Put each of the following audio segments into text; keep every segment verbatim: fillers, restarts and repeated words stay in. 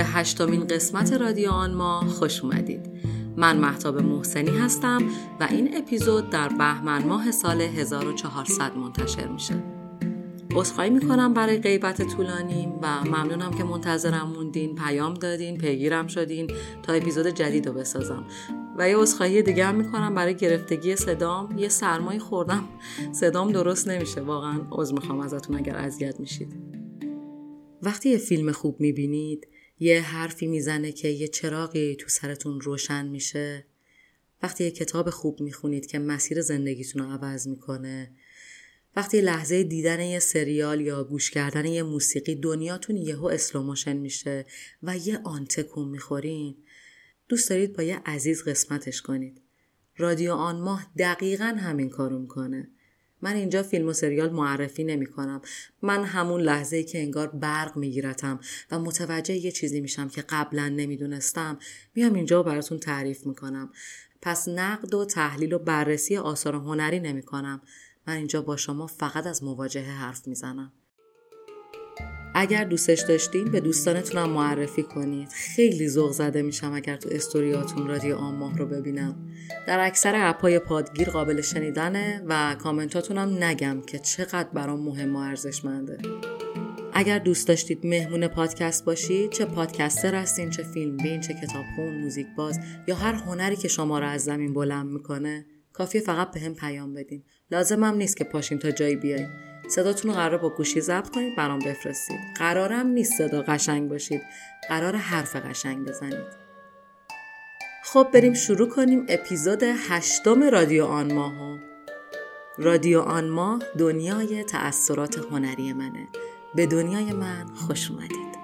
به هشتمین قسمت رادیو آن ماه خوش اومدید. من مهتاب محسنی هستم و این اپیزود در بهمن ماه سال هزار و چهارصد منتشر میشه. عذرخواهی میکنم برای غیبت طولانی و ممنونم که منتظرم موندین، پیام دادین، پیگیرم شدین تا اپیزود جدید رو بسازم. و یه عذرخواهی دیگه هم میکنم برای گرفتگی صدام. یه سرمایی خوردم، صدام درست نمیشه. واقعا عذر میخوام ازتون اگر اذیت میشید. وقتی یه فیلم خوب میبینید، یه حرفی میزنه که یه چراغی تو سرتون روشن میشه. وقتی یه کتاب خوب میخونید که مسیر زندگیتون رو عوض میکنه. وقتی لحظه دیدن یه سریال یا گوش کردن یه موسیقی دنیاتون یهو اسلوموشن میشه و یه آن تکون میخورین، دوست دارید با یه عزیز قسمتش کنید. رادیو آن ماه دقیقاً همین کارو میکنه. من اینجا فیلم و سریال معرفی نمی کنم. من همون لحظه‌ای که انگار برق میگیرتم و متوجه یه چیزی میشم که قبلا نمیدونستم، میام اینجا براتون تعریف میکنم. پس نقد و تحلیل و بررسی آثار هنری نمی کنم. من اینجا با شما فقط از مواجهه حرف میزنم. اگر دوستش داشتین به دوستانتونم معرفی کنید. خیلی ذوق زده میشم اگر تو استوریاتون رادیو آن ماه رو ببینم. در اکثر اپ‌های پادگیر قابل شنیدنه و کامنتاتونم نگم که چقدر برام مهم و ارزشمنده. اگر دوست داشتید مهمون پادکست باشید، چه پادکستر هستین، چه فیلم بین، چه کتابخون، موزیک باز یا هر هنری که شما رو از زمین بلند میکنه، کافیه فقط به هم پیام بدین. لازمم نیست که پاشین تا جایی بیاین. صداتون رو قرار با گوشی ضبط کنید برام بفرستید. قرارم نیست صدا قشنگ باشید. قرار حرف قشنگ بزنید. خب بریم شروع کنیم اپیزود هشتم رادیو آن ماهو. رادیو آن ماه دنیای تأثیرات هنری منه. به دنیای من خوش اومدید.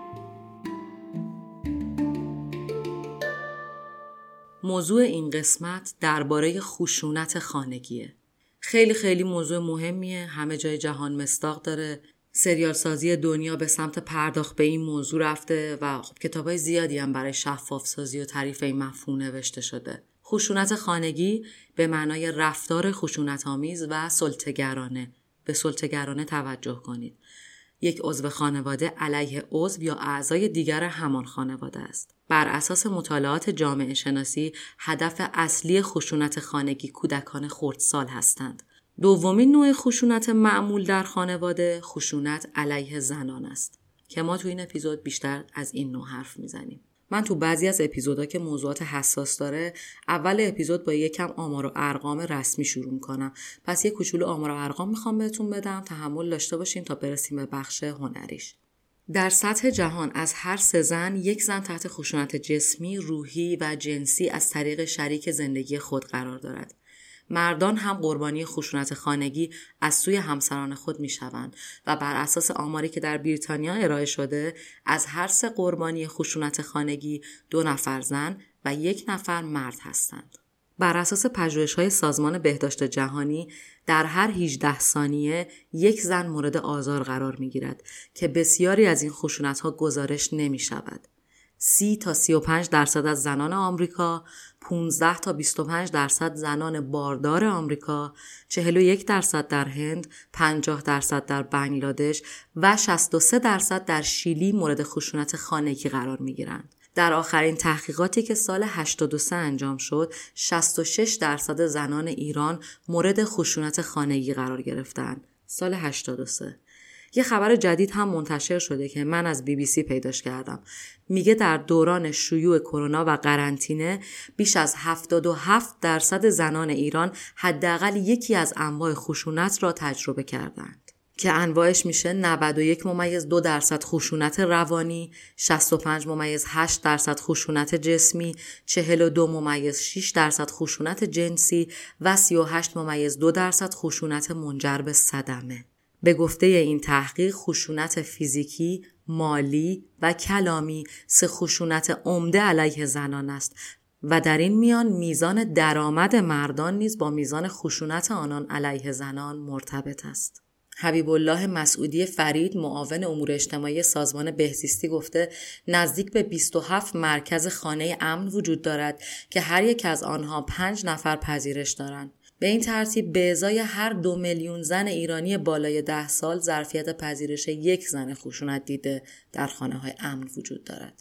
موضوع این قسمت درباره خشونت خانگیه. خیلی خیلی موضوع مهمیه، همه جای جهان مصداق داره. سریال سازی دنیا به سمت پرداخت به این موضوع رفته و خب کتابای زیادی هم برای شفاف سازی و تعریف این مفهوم نوشته شده. خشونت خانگی به معنای رفتار خشونت‌آمیز و سلطه‌گرانه. به سلطه‌گرانه توجه کنید. یک عضو خانواده علیه عضو یا اعضای دیگر همان خانواده است. بر اساس مطالعات جامعه شناسی، هدف اصلی خشونت خانگی کودکان خردسال هستند. دومین نوع خشونت معمول در خانواده، خشونت علیه زنان است که ما تو این اپیزود بیشتر از این نوع حرف میزنیم. من تو بعضی از اپیزودها که موضوعات حساس داره، اول اپیزود با یکم آمار و ارقام رسمی شروع میکنم. پس یک کوچولو آمار و ارقام میخوام بهتون بدم، تحمل داشته باشین تا برسیم به بخش هنریش. در سطح جهان از هر سه زن یک زن تحت خشونت جسمی، روحی و جنسی از طریق شریک زندگی خود قرار دارد. مردان هم قربانی خشونت خانگی از سوی همسران خود میشوند و بر اساس آماری که در بریتانیا ارائه شده، از هر سه قربانی خشونت خانگی دو نفر زن و یک نفر مرد هستند. بر اساس پژوهش‌های سازمان بهداشت جهانی، در هر هجده ثانیه یک زن مورد آزار قرار می‌گیرد که بسیاری از این خشونت‌ها گزارش نمی‌شود. سی تا سی و پنج درصد از زنان آمریکا، پانزده تا بیست و پنج درصد زنان باردار آمریکا، چهل و یک درصد در هند، پنجاه درصد در بنگلادش و شصت و سه درصد در شیلی مورد خشونت خانگی قرار می‌گیرند. در آخرین تحقیقاتی که سال هشتاد و سه انجام شد، شصت و شش درصد زنان ایران مورد خشونت خانگی قرار گرفتند. سال هشتاد و سه. یه خبر جدید هم منتشر شده که من از بی بی سی پیداش کردم. میگه در دوران شیوع کرونا و قرنطینه بیش از هفتاد و هفت درصد زنان ایران حداقل یکی از انواع خشونت را تجربه کردند که انواعش میشه نود و یک ممیز دو درصد خشونت روانی، شصت و پنج ممیز هشت درصد خشونت جسمی، چهل و دو ممیز شش درصد خشونت جنسی و سی و هشت ممیز دو درصد خشونت منجر به صدمه. به گفته این تحقیق، خشونت فیزیکی، مالی و کلامی سه خشونت عمده علیه زنان است و در این میان میزان درآمد مردان نیز با میزان خشونت آنان علیه زنان مرتبط است. حبیب الله مسعودی فرید، معاون امور اجتماعی سازمان بهزیستی، گفته نزدیک به بیست و هفت مرکز خانه امن وجود دارد که هر یک از آنها پنج نفر پذیرش دارند. به این ترتیب به ازای هر دو میلیون زن ایرانی بالای ده سال ظرفیت پذیرش یک زن خشونت دیده در خانه‌های امن وجود دارد.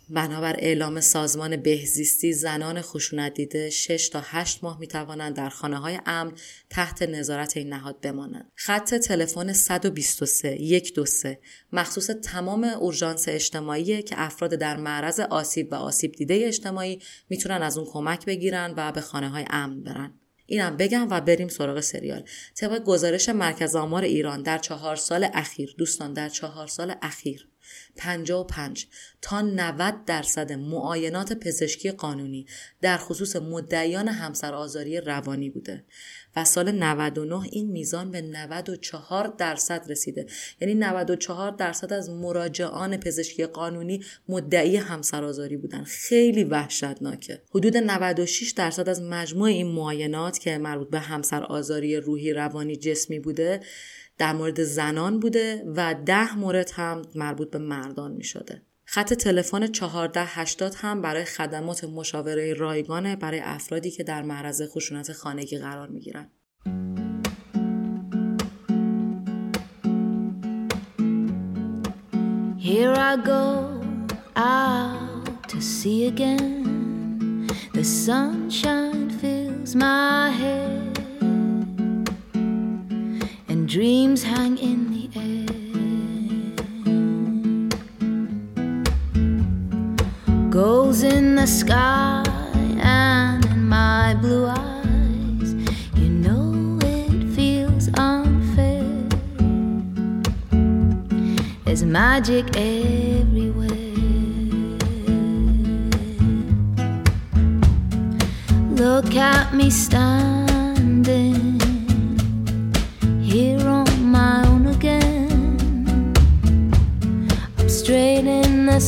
بنابر اعلام سازمان بهزیستی زنان خشونت دیده شش تا هشت ماه میتوانند در خانه‌های امن تحت نظارت این نهاد بمانند. خط تلفن صد و بیست و سه یک دو سه مخصوص تمام اورژانس اجتماعی که افراد در معرض آسیب و آسیب دیده اجتماعی میتونن از اون کمک بگیرن و به خانه‌های امن برن. اینم بگم و بریم سراغ سریال. طبق گزارش مرکز آمار ایران در چهار سال اخیر، دوستان در چهار سال اخیر پنجاه و پنج تا نود درصد معاینات پزشکی قانونی در خصوص مدعیان همسرآزاری روانی بوده و سال نود و نه این میزان به نود و چهار درصد رسیده. یعنی نود و چهار درصد از مراجعان پزشکی قانونی مدعی همسرآزاری بودن. خیلی وحشتناکه. حدود نود و شش درصد از مجموع این معاینات که مربوط به همسرآزاری روحی، روانی، جسمی بوده در مورد زنان بوده و ده مورد هم مربوط به مردان می شده. خط تلفن چهارده هشتاد هم برای خدمات مشاوره رایگانه برای افرادی که در معرض خشونت خانگی قرار می گیرن. Here I go out to sea again. The sunshine fills my head. Dreams hang in the air. Goals in the sky and in my blue eyes. You know it feels unfair. There's magic everywhere. Look at me standing here on my own again. I'm straight in the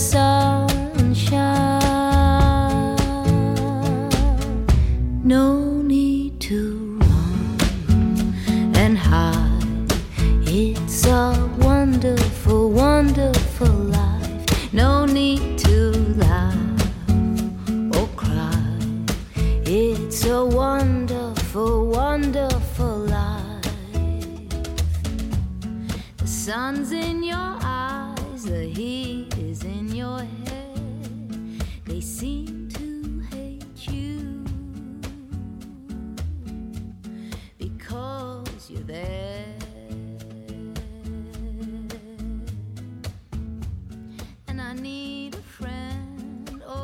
sunshine. No need to run and hide. It's a wonderful, wonderful life. No need to laugh or cry. It's a wonderful, wonderful life. The sun's in your eyes, the heat is in your head. They seem to hate you because you're there. And I need a friend,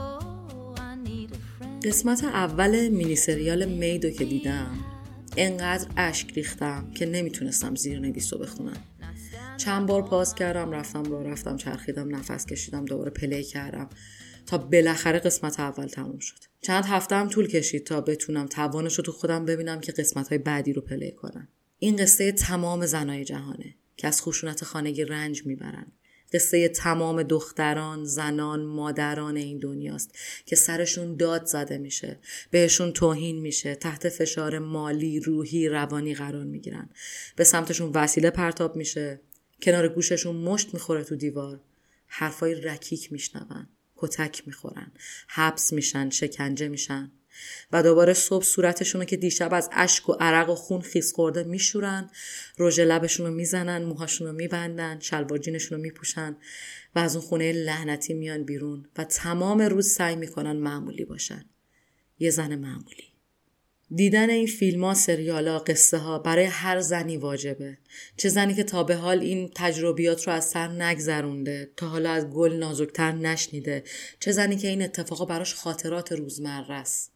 oh I need a friend. قسمت اول مینی سریال میدو که دیدم انقدر اشک ریختم که نمیتونستم زیرنویس رو بخونم. چند بار پاس کردم، رفتم راه رفتم چرخیدم، نفس کشیدم، دوباره پلی کردم تا بالاخره قسمت اول تموم شد. چند هفته هم طول کشید تا بتونم توانش رو تو خودم ببینم که قسمت‌های بعدی رو پلی کنم. این قصه تمام زنای جهانه که از خشونت خانگی رنج میبرن. قصه تمام دختران، زنان، مادران این دنیاست که سرشون داد زده میشه، بهشون توهین میشه، تحت فشار مالی، روحی، روانی قرار میگیرن، به سمتشون وسیله پرتاب میشه، کنار گوششون مشت میخوره تو دیوار، حرفای رکیک میشنون، کتک میخورن، حبس میشن، شکنجه میشن و دوباره صبح صورتشونو که دیشب از اشک و عرق و خون خیس خورده میشورن، رژ لبشونو میزنن، موهاشونو میبندن، شلوار جینشونو میپوشن و از اون خونه لعنتی میان بیرون و تمام روز سعی میکنن معمولی باشن. یه زن معمولی. دیدن این فیلم ها، سریال ها، قصه ها برای هر زنی واجبه. چه زنی که تا به حال این تجربیات رو از سر نگذرونده، تا حالا از گل نازکتر نشنیده، چه زنی که این اتفاقا براش خاطرات روزمره است.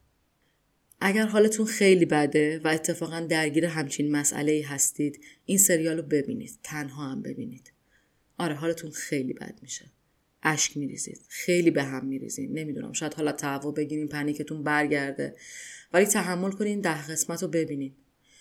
اگر حالتون خیلی بده و اتفاقا درگیر همچین مسئله‌ای هستید، این سریال رو ببینید، تنها هم ببینید. آره حالتون خیلی بد میشه. اشک میریزید، خیلی به هم میریزید. نمیدونم، شاید حالا تهوع بگیرین، پنیکتون برگرده، ولی تحمل کنین، ده قسمت رو ببینین.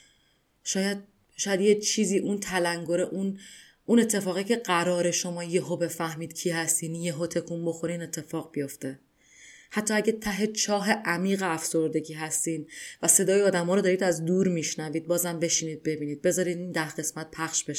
شاید شاید یه چیزی، اون تلنگر، اون اون اتفاقی که قراره شما یهو بفهمید کی هستین، یهو تکون بخورین، اتفاق بیفته. حتی اگه ته چاه عمیق افسردگی هستین و صدای آدم‌ها رو دارید از دور میشنوید، بازم بشینید ببینید، بذارید این ده قسمت پخش بشه.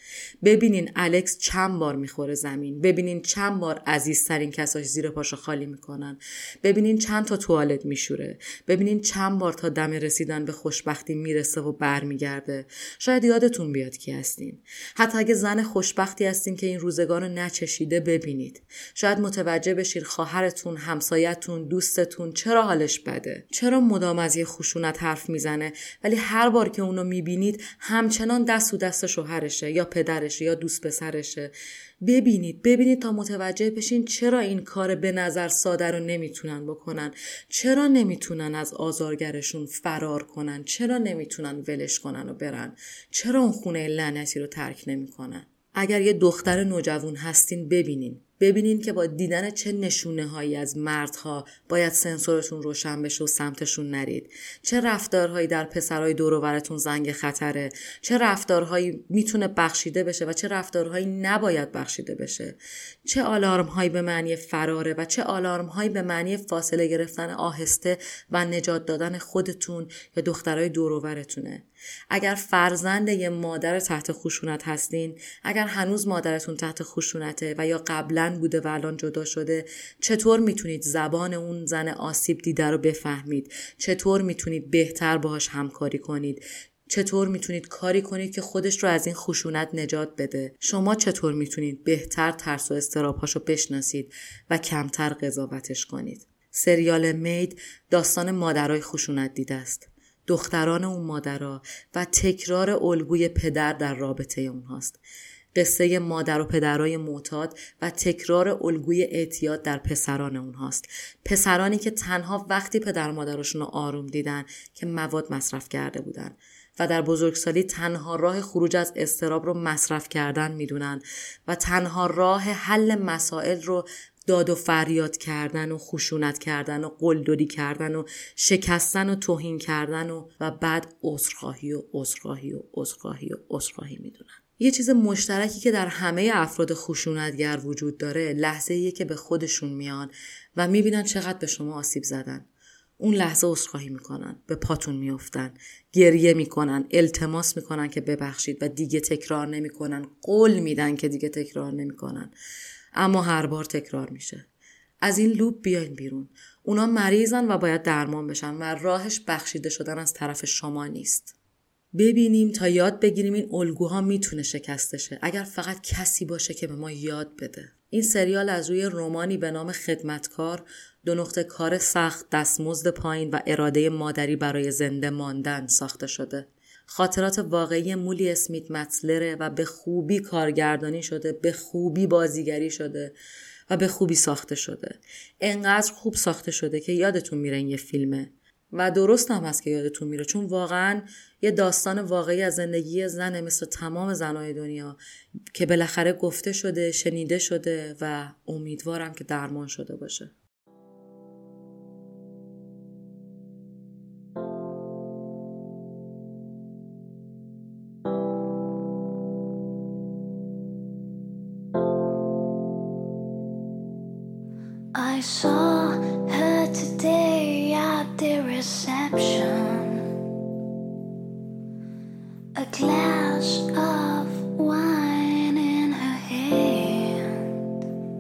ببینین الکس چند بار میخوره زمین، ببینین چند بار عزیزترین کساش زیر پاشو خالی میکنن، ببینین چند تا توالت میشوره، ببینین چند بار تا دم رسیدن به خوشبختی میرسه و برمیگرده. شاید یادتون بیاد کی هستین. حتی اگه زن خوشبختی هستین که این روزگار رو نچشیده، ببینید. شاید متوجه بشین خواهرتون، همسایه‌تون، دوستتون چرا حالش بده، چرا مدام از یه خشونت حرف میزنه، ولی هر بار که اونو میبینید همچنان دست و دست شوهرشه یا پدرشه یا دوست پسرشه. ببینید ببینید تا متوجه بشین چرا این کار به نظر ساده رو نمیتونن بکنن، چرا نمیتونن از آزارگرشون فرار کنن، چرا نمیتونن ولش کنن و برن، چرا اون خونه لعنتی رو ترک نمیکنن. اگر یه دختر نوجوان هستین، ببینین ببینین که با دیدن چه نشونه هایی از مردها باید سنسورتون روشن بشه و سمتشون نرید. چه رفتارهایی در پسرهای دور و برتون زنگ خطره، چه رفتارهایی میتونه بخشیده بشه و چه رفتارهایی نباید بخشیده بشه. چه آلارمهایی به معنی فراره و چه آلارمهایی به معنی فاصله گرفتن آهسته و نجات دادن خودتون یا دخترهای دور و برتونه. اگر فرزند یه مادر تحت خشونت هستین، اگر هنوز مادرتون تحت خشونته و یا قبلا بوده و الان جدا شده، چطور میتونید زبان اون زن آسیب دیده رو بفهمید؟ چطور میتونید بهتر باهاش همکاری کنید؟ چطور میتونید کاری کنید که خودش رو از این خشونت نجات بده؟ شما چطور میتونید بهتر ترس و اضطراب‌هاشو بشناسید و کمتر قضاوتش کنید؟ سریال مید داستان مادرای خشونت دیده است. دختران اون مادرها و تکرار الگوی پدر در رابطه اونهاست. قصه مادر و پدرای معتاد و تکرار الگوی اعتیاد در پسران اونهاست. پسرانی که تنها وقتی پدر مادرشون رو آروم دیدن که مواد مصرف کرده بودن و در بزرگسالی تنها راه خروج از اضطراب رو مصرف کردن میدونن و تنها راه حل مسائل رو داد و فریاد کردن و خشونت کردن و قلدری کردن و شکستن و توهین کردن و و بعد عذرخواهی و عذرخواهی و عذرخواهی و عذرخواهی میدونن. یه چیز مشترکی که در همه افراد خشونتگر وجود داره، لحظه‌ایه که به خودشون میان و میبینن چقدر به شما آسیب زدن. اون لحظه عذرخواهی میکنن، به پاتون میافتن، گریه میکنن، التماس میکنن که ببخشید و دیگه تکرار نمیکنن، قول میدن که دیگه تکرار نمیکنن. اما هر بار تکرار میشه. از این لوپ بیاین بیرون. اونا مریضن و باید درمان بشن و راهش بخشیده شدن از طرف شما نیست. ببینیم تا یاد بگیریم این الگوها میتونه شکسته شه اگر فقط کسی باشه که به ما یاد بده. این سریال از روی رمانی به نام خدمتکار، دو نقطه کار سخت، دستمزد پایین و اراده مادری برای زنده ماندن ساخته شده. خاطرات واقعی مولی اسمیت متسلره و به خوبی کارگردانی شده، به خوبی بازیگری شده و به خوبی ساخته شده. انقدر خوب ساخته شده که یادتون میره این یه فیلمه و درست هم هست که یادتون میره، چون واقعا یه داستان واقعی از زندگی زنه مثل تمام زنای دنیا که بالاخره گفته شده، شنیده شده و امیدوارم که درمان شده باشه. I saw her today at the reception. A glass of wine in her hand.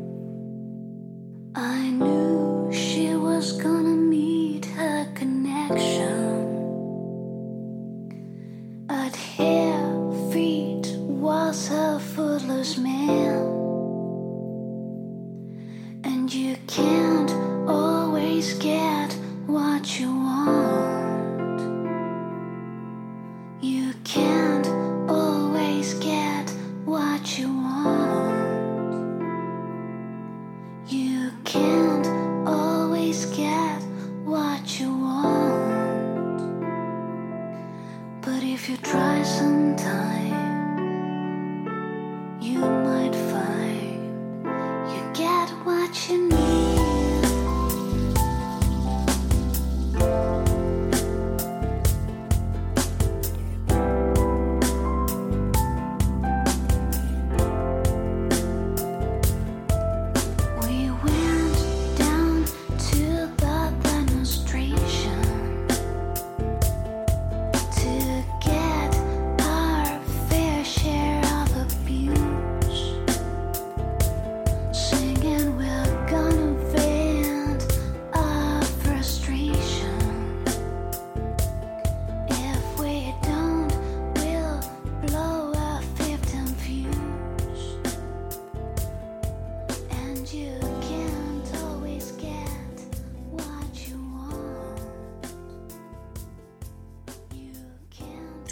I knew she was gonna meet her connection. At her feet was her footloose man. And you can't always get what you want. You can't always get what you want. You can't always get what you want. But if you try sometime, you might find you get what you need.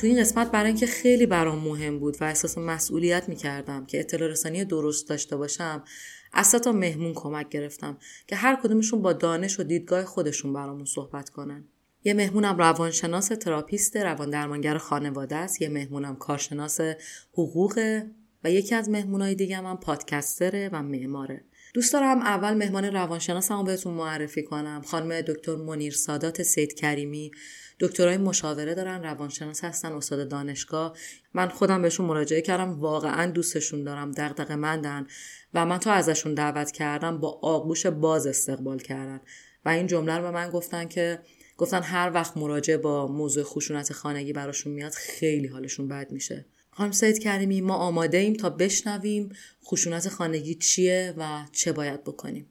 تو این قسمت برای اینکه خیلی برام مهم بود و احساس مسئولیت میکردم که اطلاع رسانی درست داشته باشم، از سه تا مهمون کمک گرفتم که هر کدومشون با دانش و دیدگاه خودشون برامون صحبت کنن. یه مهمونم روانشناس تراپیست روان درمانگر خانواده است، یه مهمونم کارشناس حقوقه و یکی از مهمونای دیگه هم پادکستره و معماره. دوست دارم اول مهمان روانشناسمو بهتون معرفی کنم. خانم دکتر منیر سادات سید کریمی، دکترای مشاوره دارن، روانشناس هستن، استاد دانشگاه. من خودم بهشون مراجعه کردم، واقعا دوستشون دارم، دغدغه‌مندن و من تا ازشون دعوت کردم با آغوش باز استقبال کردن و این جمله رو به من گفتن که گفتن هر وقت مراجعه با موضوع خشونت خانگی براشون میاد خیلی حالشون بد میشه. خانم سید کریمی، ما آماده ایم تا بشنویم خشونت خانگی چیه و چه باید بکنیم.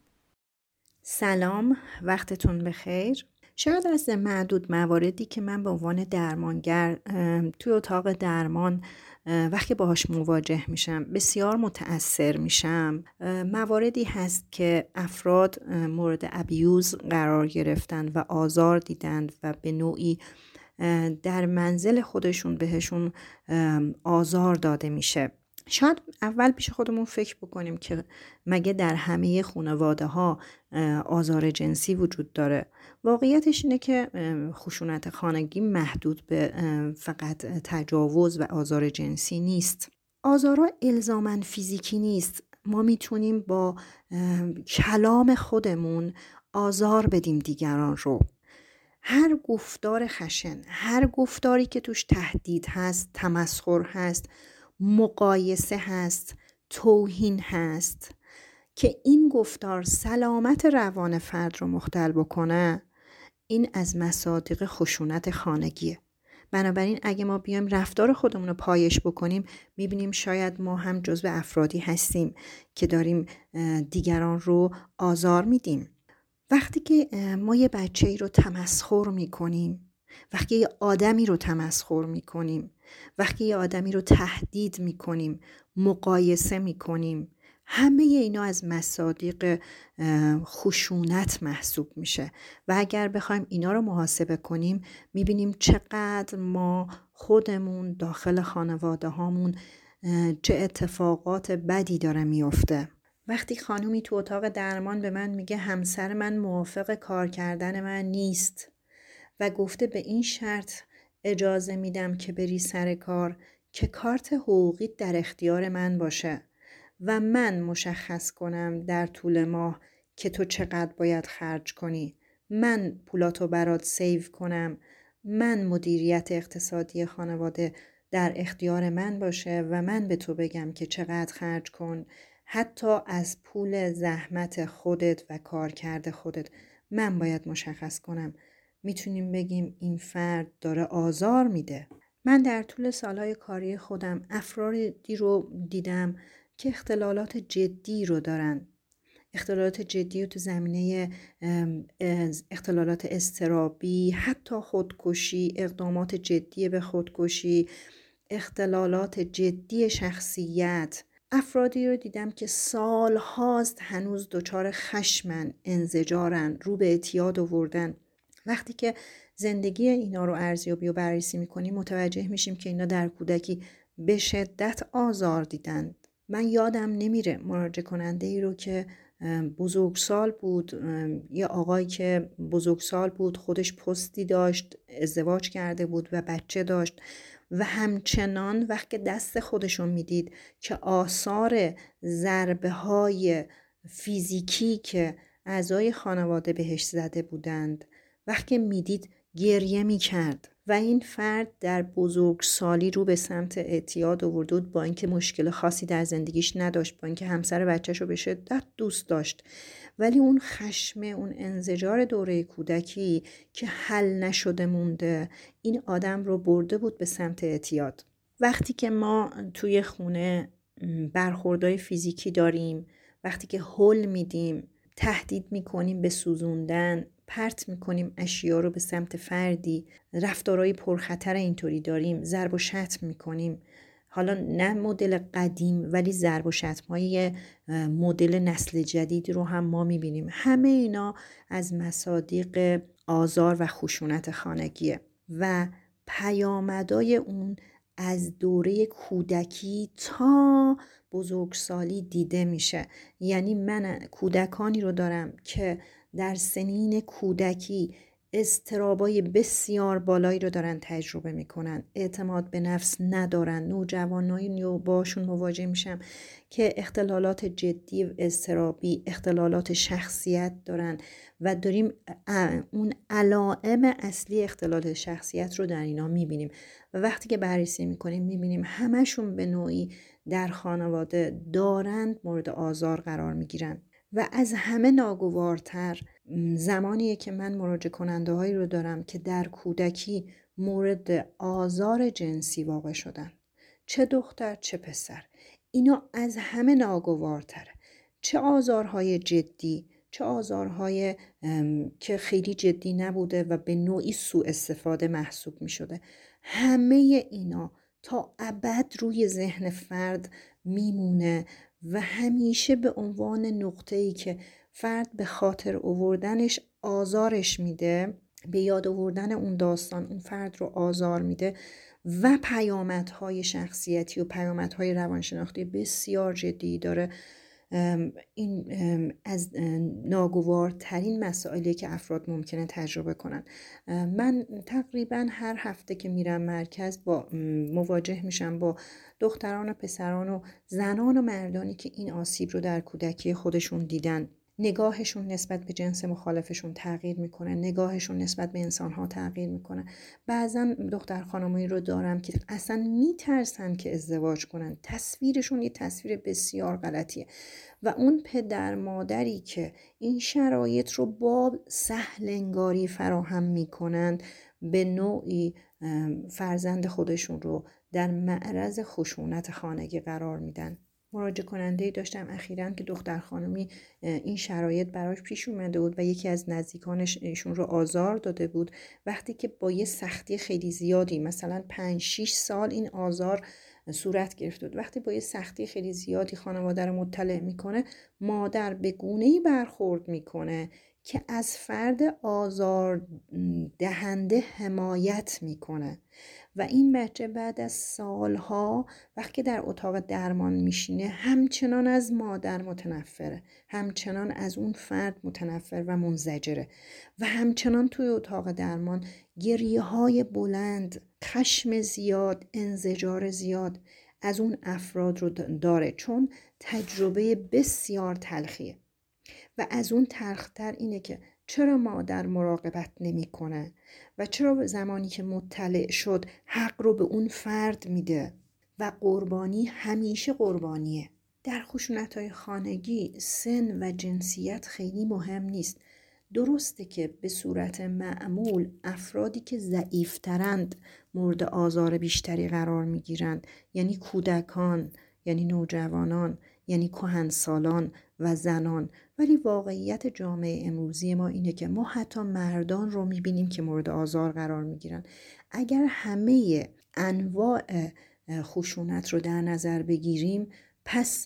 سلام، وقتتون بخیر. شاید از معدود مواردی که من به عنوان درمانگر توی اتاق درمان وقتی باهاش مواجه میشم بسیار متأثر میشم، مواردی هست که افراد مورد ابیوز قرار گرفتن و آزار دیدند و به نوعی در منزل خودشون بهشون آزار داده میشه. شاید اول پیش خودمون فکر بکنیم که مگه در همه خانواده ها آزار جنسی وجود داره؟ واقعیتش اینه که خشونت خانگی محدود به فقط تجاوز و آزار جنسی نیست. آزارها الزاماً فیزیکی نیست. ما میتونیم با کلام خودمون آزار بدیم دیگران رو. هر گفتار خشن، هر گفتاری که توش تهدید هست، تمسخر هست، مقایسه هست، توهین هست، که این گفتار سلامت روان فرد رو مختل بکنه، این از مصادیق خشونت خانگیه. بنابراین اگه ما بیایم رفتار خودمون رو پایش بکنیم، میبینیم شاید ما هم جزو افرادی هستیم که داریم دیگران رو آزار میدیم. وقتی که ما یه بچه‌ای رو تمسخر میکنیم، وقتی یه آدمی رو تمسخر میکنیم، وقتی یه آدمی رو تهدید میکنیم، مقایسه میکنیم، همه اینا از مصادیق خشونت محسوب میشه و اگر بخوایم اینا رو محاسبه کنیم میبینیم چقدر ما خودمون داخل خانواده هامون چه اتفاقات بدی داره میفته. وقتی خانومی تو اتاق درمان به من میگه همسر من موافق کار کردن من نیست و گفته به این شرط اجازه میدم که بری سر کار که کارت حقوقی در اختیار من باشه و من مشخص کنم در طول ماه که تو چقدر باید خرج کنی، من پولاتو برات سیو کنم، من مدیریت اقتصادی خانواده در اختیار من باشه و من به تو بگم که چقدر خرج کن، حتی از پول زحمت خودت و کار کرده خودت من باید مشخص کنم. میتونیم بگیم این فرد داره آزار میده. من در طول سالهای کاری خودم افرادی رو دیدم که اختلالات جدی رو دارن. اختلالات جدی رو تو زمینه اختلالات اضطرابی، حتی خودکشی، اقدامات جدی به خودکشی، اختلالات جدی شخصیت. افرادی رو دیدم که سال هاست هنوز دچار خشمن، انزجارن، رو به اعتیاد آوردن. وقتی که زندگی اینا رو ارزیابی و بررسی میکنیم متوجه میشیم که اینا در کودکی به شدت آزار دیدن. من یادم نمیره مراجعه کننده ای رو که بزرگسال بود، یه آقایی که بزرگسال بود، خودش پستی داشت، ازدواج کرده بود و بچه داشت و همچنان وقتی دست خودشون میدید که آثار ضربه های فیزیکی که اعضای خانواده بهش زده بودند وقتی میدید گریه میکرد و این فرد در بزرگسالی رو به سمت اعتیاد آورده بود، با اینکه مشکل خاصی در زندگیش نداشت، با اینکه همسر بچه‌ش رو به شدت دوست داشت، ولی اون خشم، اون انزجار دوره کودکی که حل نشده مونده این آدم رو برده بود به سمت اعتیاد. وقتی که ما توی خونه برخوردهای فیزیکی داریم، وقتی که هول میدیم، تهدید میکنیم به سوزوندن، پرت میکنیم اشیا رو به سمت فردی، رفتارهای پرخطر اینطوری داریم، ضرب و شتم میکنیم، حالا نه مدل قدیم ولی ضرب و شتم‌های مدل نسل جدید رو هم ما میبینیم. همه اینا از مصادیق آزار و خشونت خانگیه و پیامدهای اون از دوره کودکی تا بزرگسالی دیده میشه. یعنی من کودکانی رو دارم که در سنین کودکی اضطرابای بسیار بالایی رو دارن تجربه میکنن، اعتماد به نفس ندارن. نوجوانایی رو باشون مواجه میشم که اختلالات جدی اضطرابی، اختلالات شخصیت دارن و داریم اون علائم اصلی اختلال شخصیت رو در اینا میبینیم و وقتی که بررسی میکنیم میبینیم همشون به نوعی در خانواده دارند مورد آزار قرار میگیرن. و از همه ناگوارتر زمانیه که من مراجعه کننده هایی رو دارم که در کودکی مورد آزار جنسی واقع شدن، چه دختر چه پسر. اینا از همه ناگوارتره، چه آزارهای جدی چه آزارهای که خیلی جدی نبوده و به نوعی سوء استفاده محسوب می شده. همه اینا تا ابد روی ذهن فرد میمونه و همیشه به عنوان نقطه‌ای که فرد به خاطر آوردنش آزارش میده، به یاد آوردن اون داستان اون فرد رو آزار میده و پیامدهای شخصیتی و پیامدهای روانشناختی بسیار جدی داره. این از ناگوارترین مسائلی که افراد ممکنه تجربه کنن. من تقریبا هر هفته که میرم مرکز با مواجه میشم با دختران و پسران و زنان و مردانی که این آسیب رو در کودکی خودشون دیدن. نگاهشون نسبت به جنس مخالفشون تغییر میکنه، نگاهشون نسبت به انسانها تغییر میکنه. بعضا دختر خانمایی رو دارم که اصلا میترسن که ازدواج کنن، تصویرشون یه تصویر بسیار غلطیه و اون پدر مادری که این شرایط رو با سهل انگاری فراهم میکنن به نوعی فرزند خودشون رو در معرض خشونت خانگی قرار میدن. مراجعه کننده‌ای داشتم اخیراً که دختر خانمی این شرایط براش پیش اومده بود و یکی از نزدیکانش ایشون رو آزار داده بود. وقتی که با یه سختی خیلی زیادی، مثلا پنج شش سال این آزار صورت گرفته بود، وقتی با یه سختی خیلی زیادی خانواده رو مطلع میکنه، مادر به گونه‌ای برخورد میکنه که از فرد آزار دهنده حمایت میکنه و این بچه بعد از سالها وقتی در اتاق درمان میشینه همچنان از مادر متنفره، همچنان از اون فرد متنفر و منزجره و همچنان توی اتاق درمان گریه های بلند، خشم زیاد، انزجار زیاد از اون افراد رو داره، چون تجربه بسیار تلخیه. و از اون تلختر اینه که چرا مادر مراقبت نمی کنه و چرا زمانی که مطلع شد حق رو به اون فرد میده و قربانی همیشه قربانیه. در خشونت‌های خانگی سن و جنسیت خیلی مهم نیست. درسته که به صورت معمول افرادی که ضعیفترند مورد آزار بیشتری قرار میگیرند، یعنی کودکان، یعنی نوجوانان، یعنی کهنسالان و زنان. ولی واقعیت جامعه امروزی ما اینه که ما حتی مردان رو میبینیم که مورد آزار قرار میگیرن. اگر همه انواع خشونت رو در نظر بگیریم، پس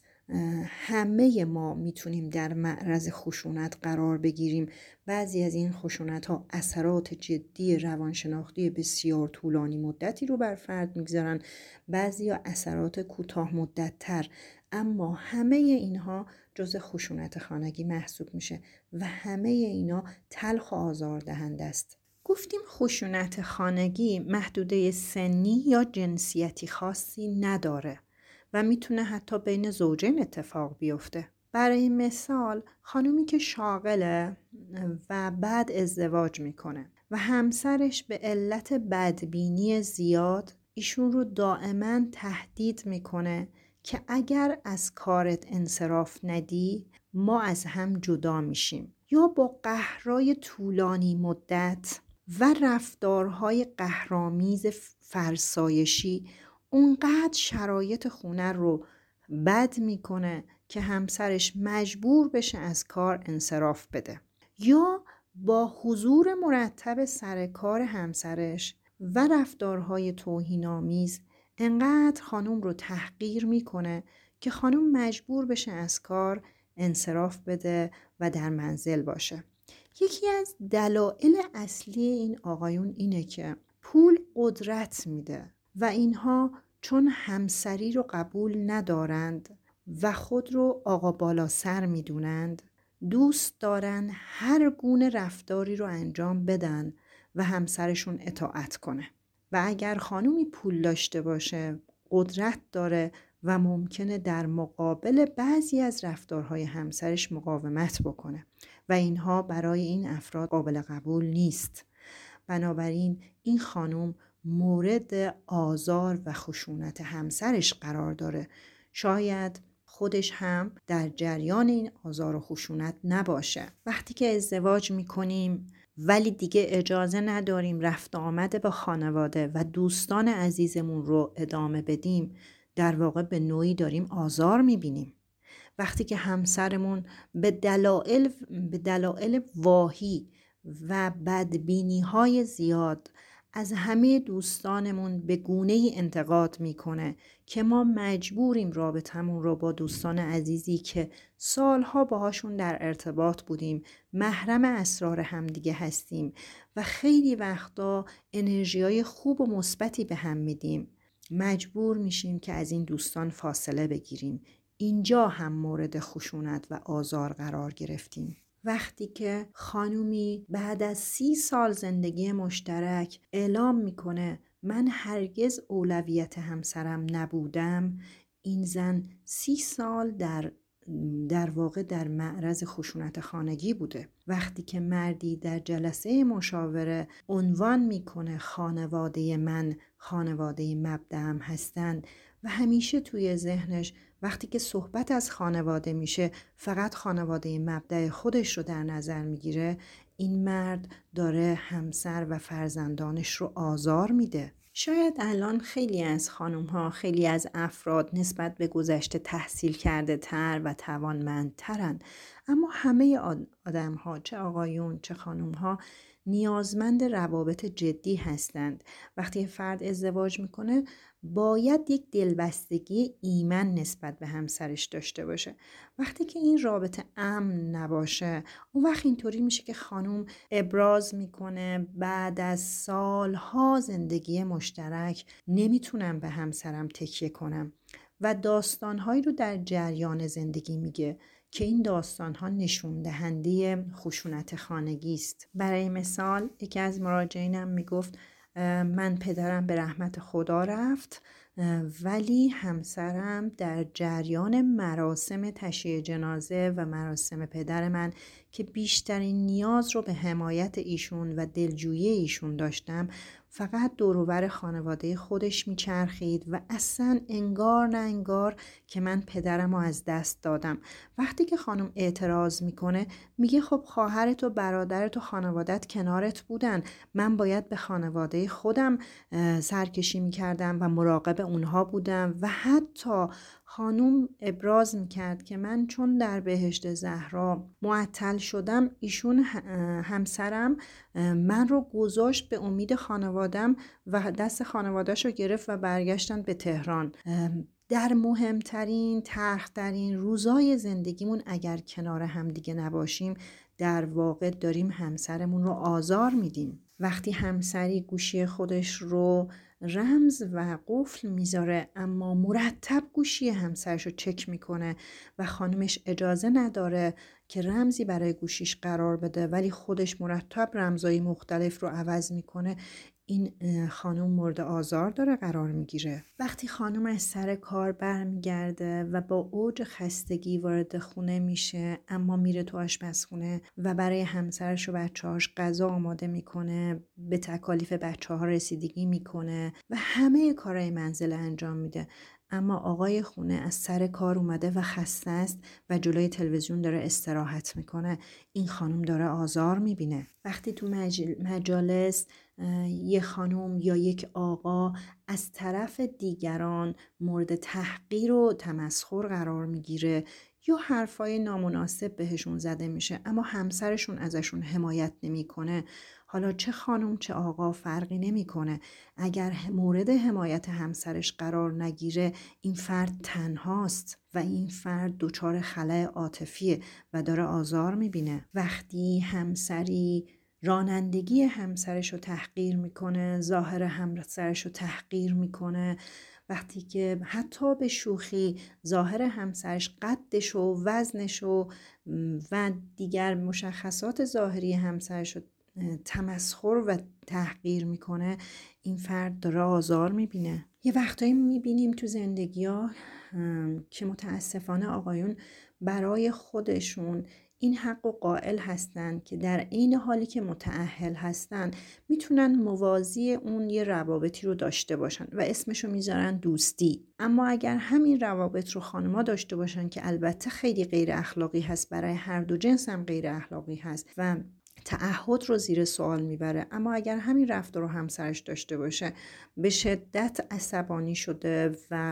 همه ما میتونیم در معرض خشونت قرار بگیریم. بعضی از این خشونت ها اثرات جدی روانشناختی بسیار طولانی مدتی رو بر فرد میگذارن، بعضی ها اثرات کوتاه مدت تر، اما همه اینها جز خشونت خانگی محسوب میشه و همه اینا تلخ و آزاردهنده است. گفتیم خشونت خانگی محدوده سنی یا جنسیتی خاصی نداره و میتونه حتی بین زوجین اتفاق بیفته. برای مثال خانومی که شاغله و بعد ازدواج میکنه و همسرش به علت بدبینی زیاد ایشون رو دائما تهدید میکنه که اگر از کارت انصراف ندی ما از هم جدا میشیم، یا با قهرای طولانی مدت و رفتارهای قهرآمیز فرسایشی اونقدر شرایط خونه رو بد میکنه که همسرش مجبور بشه از کار انصراف بده، یا با حضور مرتب سر کار همسرش و رفتارهای توهین‌آمیز انقدر خانم رو تحقیر میکنه که خانم مجبور بشه از کار انصراف بده و در منزل باشه. یکی از دلایل اصلی این آقایون اینه که پول قدرت میده و اینها چون همسری رو قبول ندارند و خود رو آقا بالا سر میدونند، دوست دارن هر گونه رفتاری رو انجام بدن و همسرشون اطاعت کنه. و اگر خانومی پول داشته باشه، قدرت داره و ممکنه در مقابل بعضی از رفتارهای همسرش مقاومت بکنه و اینها برای این افراد قابل قبول نیست. بنابراین این خانم مورد آزار و خشونت همسرش قرار داره. شاید خودش هم در جریان این آزار و خشونت نباشه. وقتی که ازدواج میکنیم ولی دیگه اجازه نداریم رفت آمد با خانواده و دوستان عزیزمون رو ادامه بدیم، در واقع به نوعی داریم آزار میبینیم. وقتی که همسرمون به دلایل به دلایل واهی و بدبینی های زیاد از همه دوستانمون به گونه‌ای انتقاد میکنه که ما مجبوریم رابطمون رو با دوستان عزیزی که سالها باهاشون در ارتباط بودیم، محرم اسرار همدیگه هستیم و خیلی وقتا انرژیای خوب و مثبتی به هم میدیم، مجبور میشیم که از این دوستان فاصله بگیریم. اینجا هم مورد خشونت و آزار قرار گرفتیم. وقتی که خانومی بعد از سی سال زندگی مشترک اعلام میکنه من هرگز اولویت همسرم نبودم، این زن سی سال در در واقع در معرض خشونت خانگی بوده. وقتی که مردی در جلسه مشاوره عنوان میکنه خانواده من خانواده مبدأم هستند و همیشه توی ذهنش وقتی که صحبت از خانواده میشه فقط خانواده مبدأ خودش رو در نظر میگیره، این مرد داره همسر و فرزندانش رو آزار میده. شاید الان خیلی از خانم ها، خیلی از افراد نسبت به گذشته تحصیل کرده تر و توانمندترن، اما همه آدم ها، چه آقایون چه خانم ها، نیازمند روابط جدی هستند. وقتی فرد ازدواج میکنه باید یک دلبستگی ایمن نسبت به همسرش داشته باشه. وقتی که این رابطه امن نباشه، اون وقت اینطوری میشه که خانم ابراز میکنه بعد از سالها زندگی مشترک نمیتونم به همسرم تکیه کنم و داستانهایی رو در جریان زندگی میگه که این داستانها نشون دهنده خشونت خانگی است. برای مثال یکی از مراجعینم میگفت من پدرم به رحمت خدا رفت ولی همسرم در جریان مراسم تشییع جنازه و مراسم پدر من که بیشترین نیاز رو به حمایت ایشون و دلجویی ایشون داشتم، فقط دور و بر خانواده خودش میچرخید و اصلا انگار نه انگار که من پدرم رو از دست دادم. وقتی که خانم اعتراض میکنه میگه خب خواهرت و برادرت و خانوادت کنارت بودن، من باید به خانواده خودم سرکشی میکردم و مراقب اونها بودم. و حتی خانم ابراز میکرد که من چون در بهشت زهرا معطل شدم، ایشون همسرم من رو گذاشت به امید خانوادم و دست خانواده‌اش رو گرفت و برگشتن به تهران. در مهمترین تلخترین روزای زندگیمون اگر کنار هم دیگه نباشیم، در واقع داریم همسرمون رو آزار میدیم. وقتی همسری گوشی خودش رو رمز و قفل میذاره اما مرتب گوشی همسرش رو چک میکنه و خانمش اجازه نداره که رمزی برای گوشیش قرار بده ولی خودش مرتب رمزهای مختلف رو عوض میکنه، این خانم مورد آزار داره قرار میگیره. وقتی خانم از سر کار برمیگرده و با اوج خستگی وارد خونه میشه اما میره تو آشپزخونه و برای همسرش و بچه‌هاش غذا آماده میکنه، به تکالیف بچه‌ها رسیدگی میکنه و همه کارهای منزل انجام میده، اما آقای خونه از سر کار اومده و خسته است و جلوی تلویزیون داره استراحت میکنه، این خانم داره آزار میبینه. وقتی تو مجل... مجالس یک خانم یا یک آقا از طرف دیگران مورد تحقیر و تمسخر قرار میگیره یا حرفای نامناسب بهشون زده میشه اما همسرشون ازشون حمایت نمیکنه، حالا چه خانم چه آقا فرقی نمیکنه، اگر مورد حمایت همسرش قرار نگیره این فرد تنهاست و این فرد دچار خلأ عاطفیه و داره آزار میبینه. وقتی همسری رانندگی همسرش رو تحقیر میکنه، ظاهر همسرش رو تحقیر میکنه، وقتی که حتی به شوخی ظاهر همسرش، قدش و وزنش و و دیگر مشخصات ظاهری همسرش رو تمسخر و تحقیر میکنه، این فرد داره آزار میبینه. یه وقتایی میبینیم تو زندگی ها که متاسفانه آقایون برای خودشون این حق و قائل هستن که در عین حالی که متأهل هستن میتونن موازی اون یه روابطی رو داشته باشن و اسمشو میذارن دوستی. اما اگر همین روابط رو خانما داشته باشن که البته خیلی غیر اخلاقی هست، برای هر دو جنس هم غیر اخلاقی هست و تعهد رو زیر سوال میبره، اما اگر همین رفتار رو همسرش داشته باشه به شدت عصبانی شده و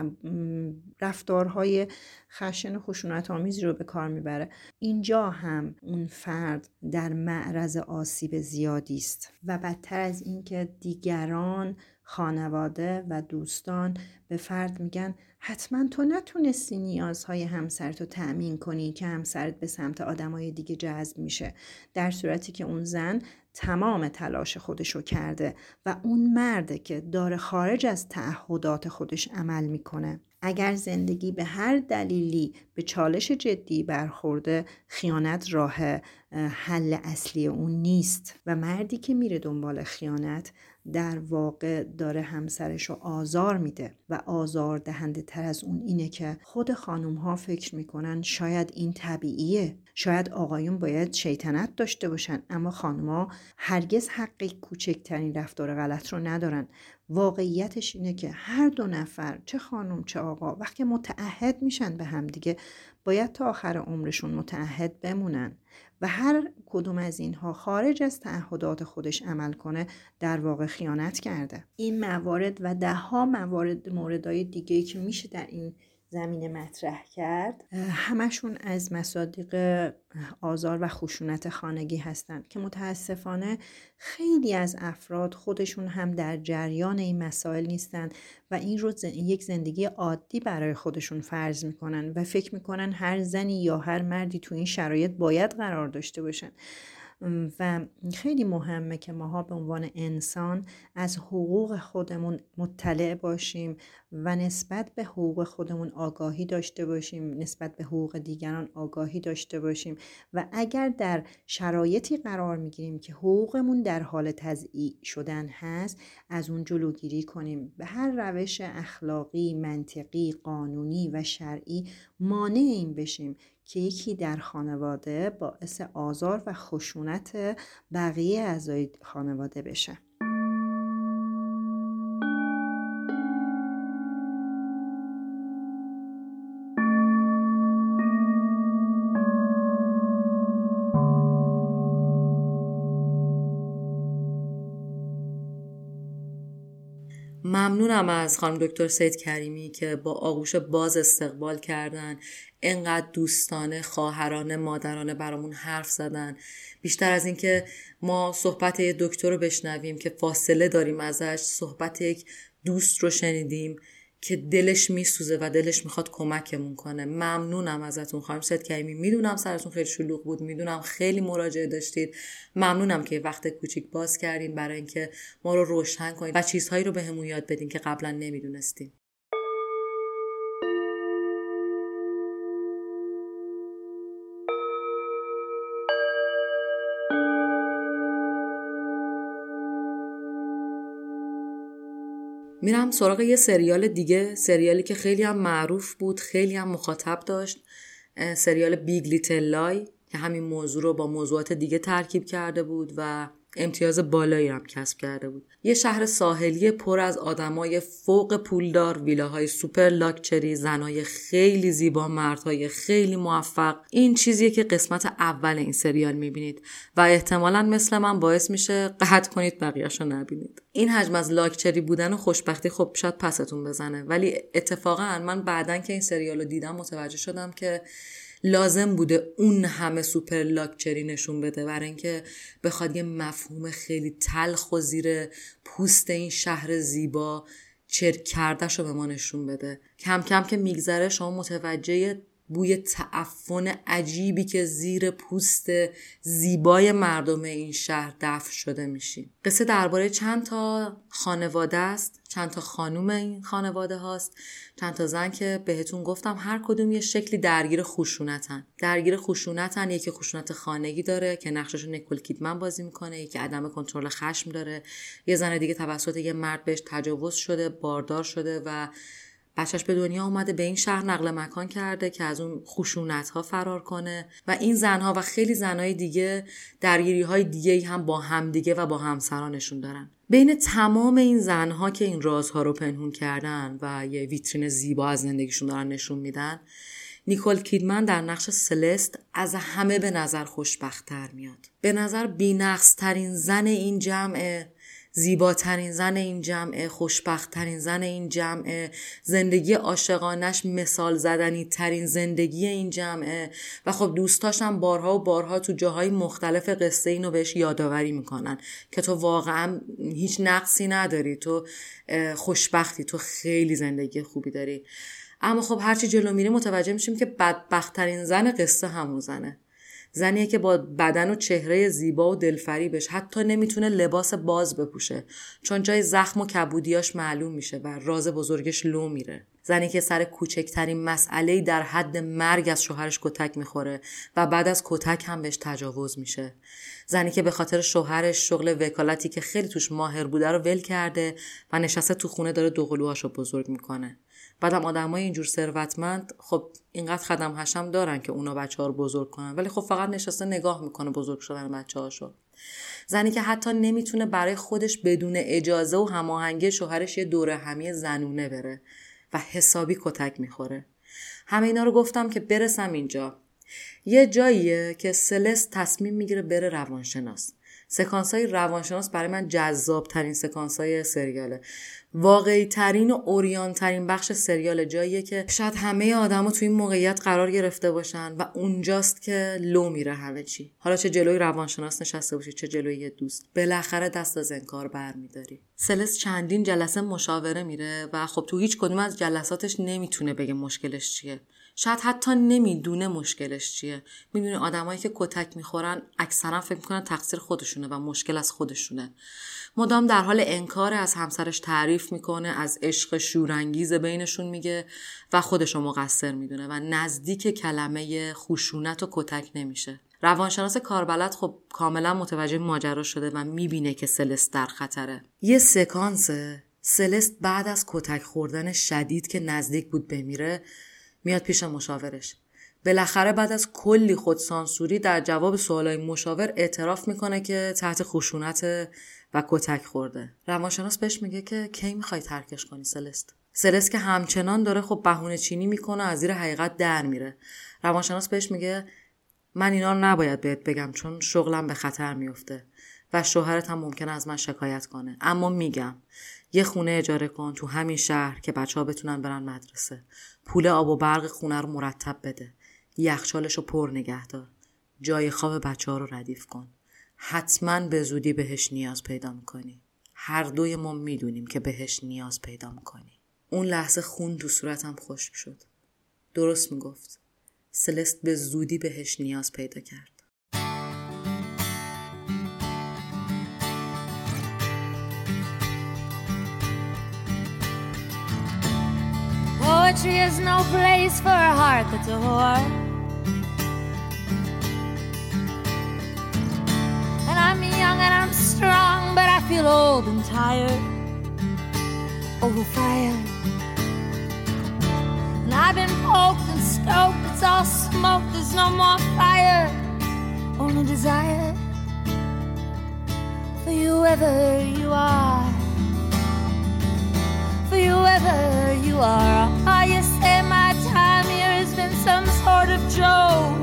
رفتارهای خشن و خشونت آمیزی رو به کار میبره، اینجا هم اون فرد در معرض آسیب زیادی است و بدتر از این که دیگران، خانواده و دوستان به فرد میگن حتما تو نتونستی نیازهای همسرت رو تأمین کنی که همسرت به سمت آدمای دیگه جذب میشه، در صورتی که اون زن تمام تلاش خودشو کرده و اون مرده که داره خارج از تعهدات خودش عمل میکنه. اگر زندگی به هر دلیلی به چالش جدی برخورده، خیانت راه حل اصلی اون نیست و مردی که میره دنبال خیانت در واقع داره همسرش رو آزار میده و آزار دهنده تر از اون اینه که خود خانوم ها فکر میکنن شاید این طبیعیه، شاید آقایون باید شیطنت داشته باشن، اما خانوم ها هرگز حق کوچکترین رفتار غلط رو ندارن. واقعیتش اینه که هر دو نفر، چه خانم چه آقا، وقتی متعهد میشن به هم دیگه باید تا آخر عمرشون متعهد بمونن و هر کدوم از اینها خارج از تعهدات خودش عمل کنه در واقع خیانت کرده. این موارد و ده ها موارد موردهای دیگه‌ای که میشه در این زمینه مطرح کرد، همشون از مصادیق آزار و خشونت خانگی هستند که متاسفانه خیلی از افراد خودشون هم در جریان این مسائل نیستن و این رو یک زندگی عادی برای خودشون فرض میکنن و فکر میکنن هر زنی یا هر مردی تو این شرایط باید قرار داشته باشن. و خیلی مهمه که ماها به عنوان انسان از حقوق خودمون مطلع باشیم و نسبت به حقوق خودمون آگاهی داشته باشیم، نسبت به حقوق دیگران آگاهی داشته باشیم و اگر در شرایطی قرار میگیریم که حقوقمون در حال تضییع شدن هست، از اون جلوگیری کنیم. به هر روش اخلاقی، منطقی، قانونی و شرعی مانع این بشیم که یکی در خانواده باعث آزار و خشونت بقیه اعضای خانواده بشه. ممنونم از خانم دکتر سید کریمی که با آغوش باز استقبال کردن، اینقدر دوستانه، خواهرانه، مادرانه برامون حرف زدن. بیشتر از این که ما صحبت یک دکتر رو بشنویم که فاصله داریم ازش، صحبت یک دوست رو شنیدیم که دلش میسوزه و دلش میخواد کمکمون کنه. ممنونم ازتون خانم سید کریمی. میدونم سرتون خیلی شلوغ بود، میدونم خیلی مراجعه داشتید. ممنونم که وقت کوچیک باز کردین برای اینکه ما رو روشن کنید و چیزهایی رو بهمون یاد بدین که قبلا نمیدونستیم. میرم سراغ یه سریال دیگه، سریالی که خیلی هم معروف بود، خیلی هم مخاطب داشت، سریال بیگ لیتل لای که همین موضوع رو با موضوعات دیگه ترکیب کرده بود و امتیاز بالایی هم کسب کرده بود. یه شهر ساحلی پر از آدمای فوق پولدار، ویلاهای سوپر لاکچری، زنای خیلی زیبا، مردهای خیلی موفق. این چیزیه که قسمت اول این سریال میبینید و احتمالاً مثل من باعث میشه قطع کنید بقیه‌شو نبینید. این حجم از لاکچری بودن و خوشبختی خب شاید پستون بزنه، ولی اتفاقاً من بعدن که این سریال رو دیدم متوجه شدم که لازم بوده اون همه سوپر لاکچری نشون بده برای اینکه بخواد یه مفهوم خیلی تلخ و زیر پوست این شهر زیبا چرک کرده‌شو به ما نشون بده. کم کم که میگذره شما متوجه بوی تعفن عجیبی که زیر پوست زیبای مردم این شهر دفن شده میشیم. قصه درباره چند تا خانواده است، چند تا خانوم این خانواده هاست، چند تا زن که بهتون گفتم هر کدوم یه شکلی درگیر خشونتن. درگیر خشونتن، یکی خشونت خانگی داره که نقششو نیکول کیدمن بازی میکنه، یکی عدم کنترل خشم داره، یه زن دیگه توسط یه مرد بهش تجاوز شده، باردار شده و بچهش به دنیا اومده، به این شهر نقل مکان کرده که از اون خشونت‌ها فرار کنه و این زنها و خیلی زنهای دیگه درگیری‌های دیگه‌ای هم با همدیگه و با همسرانشون دارن. بین تمام این زنها که این رازها رو پنهون کردن و یه ویترین زیبا از زندگیشون دارن نشون میدن، نیکول کیدمن در نقش سلست از همه به نظر خوشبخت‌تر میاد. به نظر بی‌نقص‌ترین زن این جمعه، زیباترین زن این جمعه، خوشبختترین زن این جمعه، زندگی عاشقانش مثال زدنی ترین زندگی این جمعه و خب دوستاش هم بارها و بارها تو جاهای مختلف قصه اینو بهش یادآوری میکنن که تو واقعا هیچ نقصی نداری، تو خوشبختی، تو خیلی زندگی خوبی داری. اما خب هرچی جلو میری متوجه میشیم که بدبختترین زن قصه همون زنه. زنیه که با بدن و چهره زیبا و دلفریبش حتی نمیتونه لباس باز بپوشه چون جای زخم و کبودیاش معلوم میشه و راز بزرگش لو میره. زنی که سر کوچکترین مسئله‌ای در حد مرگ از شوهرش کتک میخوره و بعد از کتک هم بهش تجاوز میشه. زنی که به خاطر شوهرش شغل وکالتی که خیلی توش ماهر بوده رو ول کرده و نشسته تو خونه داره دوقلوهاشو بزرگ میکنه. بعدم آدمای اینجور ثروتمند خب اینقدر خدم حشم دارن که اونا بچه‌ها رو بزرگ کنن، ولی خب فقط نشسته نگاه میکنه بزرگ شدن بچه‌هاشو. زنی که حتی نمیتونه برای خودش بدون اجازه و هماهنگی شوهرش یه دوره همی زنونه بره و حسابی کتک میخوره. همه اینا رو گفتم که برسم اینجا. یه جاییه که سلست تصمیم میگیره بره روانشناس. سکانس‌های روانشناس برای من جذاب ترین سکانس‌های سریاله. واقعی ترین و اوریان ترین بخش سریال جاییه که شاید همه آدما تو این موقعیت قرار گرفته باشن و اونجاست که لو میره همه چی. حالا چه جلوی روانشناس نشسته باشی چه جلوی یه دوست، بالاخره دست از انکار برمی‌داری. سلست چندین جلسه مشاوره میره و خب تو هیچ کدوم از جلساتش نمیتونه بگه مشکلش چیه. شاید حتی نمیدونه مشکلش چیه. میدونه آدمایی که کتک میخورن اکثرا فکر میکنن تقصیر خودشونه و مشکل از خودشونه. مدام در حال انکار از همسرش تعریف میکنه، از عشق شورانگیز بینشون میگه و خودشو مقصر میدونه و نزدیک کلمه خشونت و کتک نمیشه. روانشناس کاربلد خب کاملا متوجه ماجرا شده و میبینه که سلست در خطره. یه سکانس سلست بعد از کتک خوردن شدید که نزدیک بود بمیره میاد پیش مشاورش. بالاخره بعد از کلی خودسانسوری در جواب سوالای مشاور اعتراف میکنه که تحت خشونت و کتک خورده. روانشناس بهش میگه که کی میخوای ترکش کنی سلست؟ سلست که همچنان داره خب بهونه چینی میکنه، از زیر حقیقت در میره. روانشناس بهش میگه من اینا رو نباید بهت بگم چون شغلم به خطر میفته و شوهرت هم ممکنه از من شکایت کنه، اما میگم یه خونه اجاره کن تو همین شهر که بچه‌ها بتونن برن مدرسه. پول آب و برق خونه رو مرتب بده. یخچالشو پر نگه دار. جای خواب بچه‌ها رو ردیف کن. حتما به زودی بهش نیاز پیدا میکنی. هر دوی ما میدونیم که بهش نیاز پیدا میکنی. اون لحظه خون تو صورتم خشک شد. درست میگفت. سلست به زودی بهش نیاز پیدا کرد. Poetry is no place for a heart that's a whore. And I'm young and I'm strong, but I feel old and tired, overfired. And I've been poked and stoked, it's all smoke, there's no more fire, only desire for you whoever you are. For you whoever you are. Oh, you say my time here has been some sort of joke,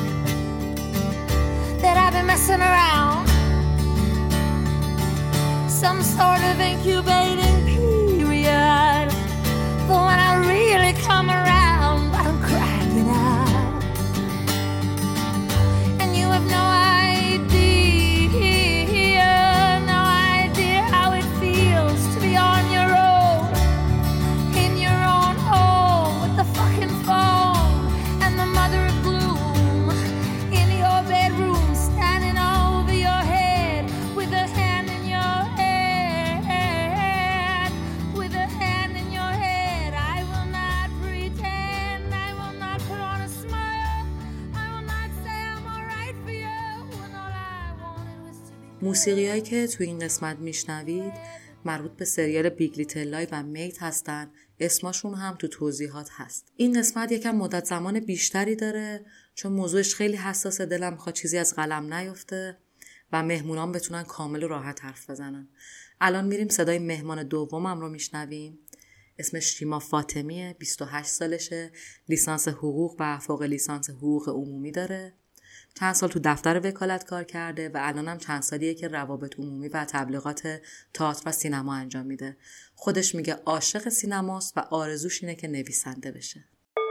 that I've been messing around, some sort of incubating period. But when I really come around, I'm cracking out, and you have no idea, no idea how it feels to be on your own, in your own home, with the fucking phone and موسیقیایی که توی این قسمت میشنوید مربوط به سریال بیگ لیتل لای و میت هستن. اسمشون هم تو توضیحات هست. این قسمت یکم مدت زمان بیشتری داره چون موضوعش خیلی حساسه. دلم میخواد چیزی از قلم نیفته و مهمونان بتونن کامل و راحت حرف بزنن. الان میریم صدای مهمان دومم رو میشنویم. اسمش شیما فاطمیه، بیست و هشت سالشه، لیسانس حقوق و فوق لیسانس حقوق عمومی داره. چند سال تو دفتر وکالت کار کرده و الان هم چند سالیه که روابط عمومی و تبلیغات تئاتر و سینما انجام میده. خودش میگه عاشق سینماست و آرزوش اینه که نویسنده بشه.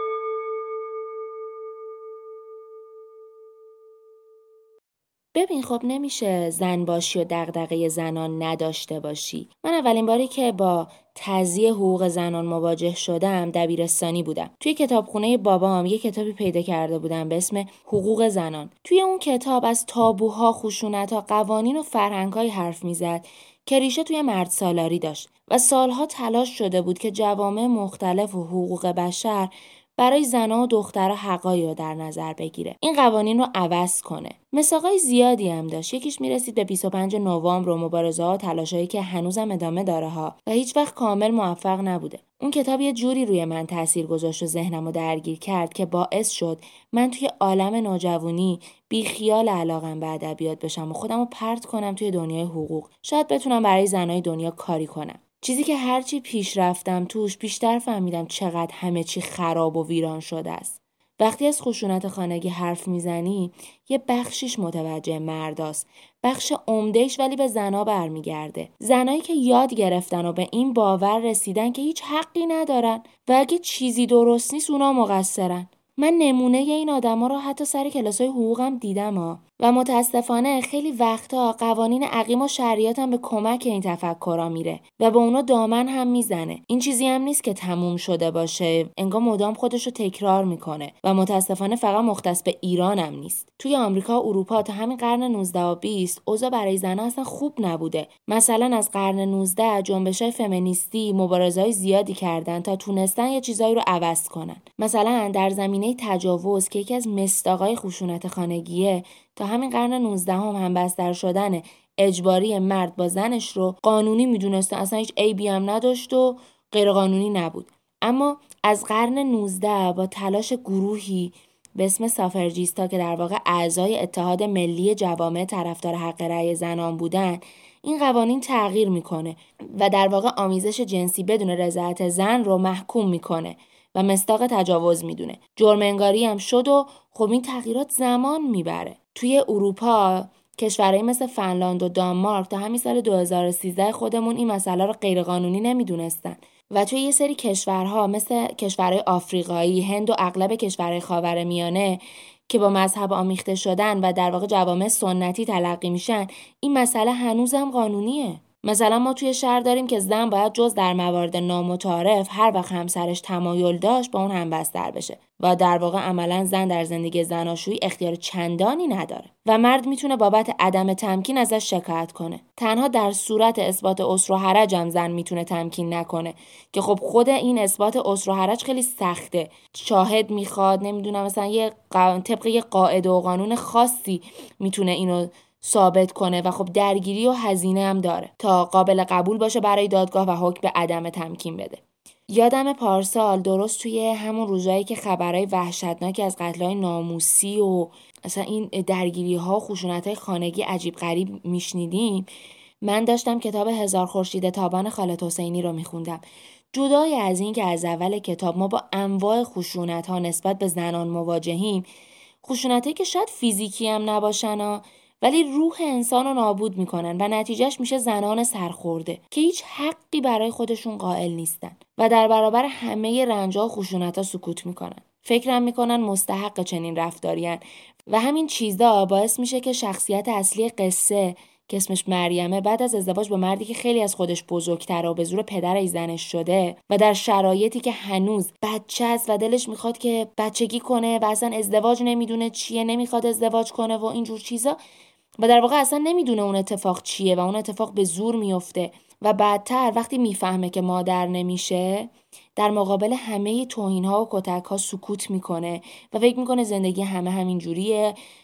ببین خب نمیشه زن باشی و دغدغه زنان نداشته باشی. من اولین باری که با تضییع حقوق زنان مواجه شدم دبیرستانی بودم. توی کتابخونه بابام یه کتابی پیدا کرده بودم به اسم حقوق زنان. توی اون کتاب از تابوها، خشونت‌ها، قوانین و فرهنگ‌های حرف میزد که ریشه توی مرد سالاری داشت و سالها تلاش شده بود که جوامع مختلف و حقوق بشر برای زنها و دخترها حقایی رو در نظر بگیره. این قوانین رو عوض کنه. مساقای زیادی هم داشت. یکیش میرسید به بیست و پنجم نوامبر و مبارزه‌ها و تلاشایی که هنوزم ادامه داره ها و هیچ وقت کامل موفق نبوده. اون کتاب یه جوری روی من تاثیر گذاشت و ذهنمو درگیر کرد که باعث شد من توی عالم نوجوانی بی خیال علاقم به ادبیات بشم و خودمو پرت کنم توی دنیای حقوق. شاید بتونم برای زنای دنیا کاری کنم. چیزی که هرچی پیش رفتم توش بیشتر فهمیدم چقدر همه چی خراب و ویران شده است. وقتی از خشونت خانگی حرف میزنی یه بخشیش متوجه مرداست، بخش عمدهش ولی به زنا برمیگرده. زنایی که یاد گرفتن و به این باور رسیدن که هیچ حقی ندارن و اگه چیزی درست نیست اونا مقصرن. من نمونه این آدما رو حتی سر کلاسای حقوقم دیدم ها و متاسفانه خیلی وقتا قوانین عقیم و شریعت هم به کمک این تفکرها میره و به اونا دامن هم میزنه. این چیزی هم نیست که تموم شده باشه، انگار مدام خودش رو تکرار میکنه و متاسفانه فقط مختص به ایران هم نیست. توی آمریکا و اروپا تا همین قرن نوزدهم و بیست اوضاع برای زن‌ها اصلا خوب نبوده. مثلا از قرن نوزدهم جنبش‌های فمینیستی مبارزه‌های زیادی کردن تا تونستن یه چیزایی رو عوض کنن. مثلا در زمینه تجاوز که یکی از مصداقای خشونت خانگیه، تا همین قرن نوزدهم هم, هم بستر شدن اجباری مرد با زنش رو قانونی میدونسته، اصلا هیچ عیبی هم نداشت و غیر قانونی نبود. اما از قرن نوزدهم با تلاش گروهی به اسم سافرجیستا که در واقع اعضای اتحاد ملی جوامع طرفدار حق رأی زنان بودن، این قوانین تغییر میکنه و در واقع آمیزش جنسی بدون رضایت زن رو محکوم میکنه و مصداق تجاوز میدونه. جرم انگاری هم شد و خب این تغییرات زمان میبره. توی اروپا کشورهایی مثل فنلاند و دانمارک تا همین سال دو هزار و سیزده خودمون این مسئله رو غیرقانونی نمیدونستن و توی یه سری کشورها مثل کشورهای آفریقایی، هند و اغلب کشورهای خاورمیانه که با مذهب آمیخته شدن و در واقع جوامع سنتی تلقی میشن، این مسئله هنوزم قانونیه. مثلا ما توی شهر داریم که زن باید جز در موارد نامتعارف هر وقت همسرش تمایل داشت با اون همبستر بشه و در واقع عملا زن در زندگی زناشویی اختیار چندانی نداره و مرد میتونه بابت عدم تمکین ازش شکایت کنه. تنها در صورت اثبات عسر و حرج هم زن میتونه تمکین نکنه که خب خود این اثبات عسر و حرج خیلی سخته. شاهد میخواد، نمیدونم مثلا یه قا... طبق یه قاعده و قانون خاصی میتونه اینو ثابت کنه و خب درگیری و هزینه هم داره تا قابل قبول باشه برای دادگاه و حکم به عدم تمکین بده. یادم پارسال درست توی همون روزایی که خبرهای وحشتناکی از قتل‌های ناموسی و اصلا این درگیری‌ها و خشونت‌های خانگی عجیب غریب میشنیدیم، من داشتم کتاب هزار خورشید تابان خالد حسینی رو میخوندم. جدای از این که از اول کتاب ما با انواع خشونت‌ها نسبت به زنان مواجهیم، خشونتایی که شاید فیزیکی هم نباشن ولی روح انسان رو نابود میکنن و نتیجهش میشه زنان سرخورده که هیچ حقی برای خودشون قائل نیستن و در برابر همه رنج‌ها و خشونت‌ها سکوت میکنن. فکرم میکنن مستحق چنین رفتارین و همین چیزا باعث میشه که شخصیت اصلی قصه که اسمش مریمه بعد از ازدواج با مردی که خیلی از خودش بزرگتره و به زور پدر زنش شده و در شرایطی که هنوز بچه است و دلش میخواد که بچگی کنه و اصلا ازدواج نمیدونه چیه، نمیخواد ازدواج کنه و اینجور چیزا و در واقع اصلا نمیدونه اون اتفاق چیه و اون اتفاق به زور میفته و بعدتر وقتی میفهمه که مادر نمیشه در مقابل همه توهین‌ها و کتک‌ها سکوت میکنه و فکر میکنه زندگی همه همین جوریه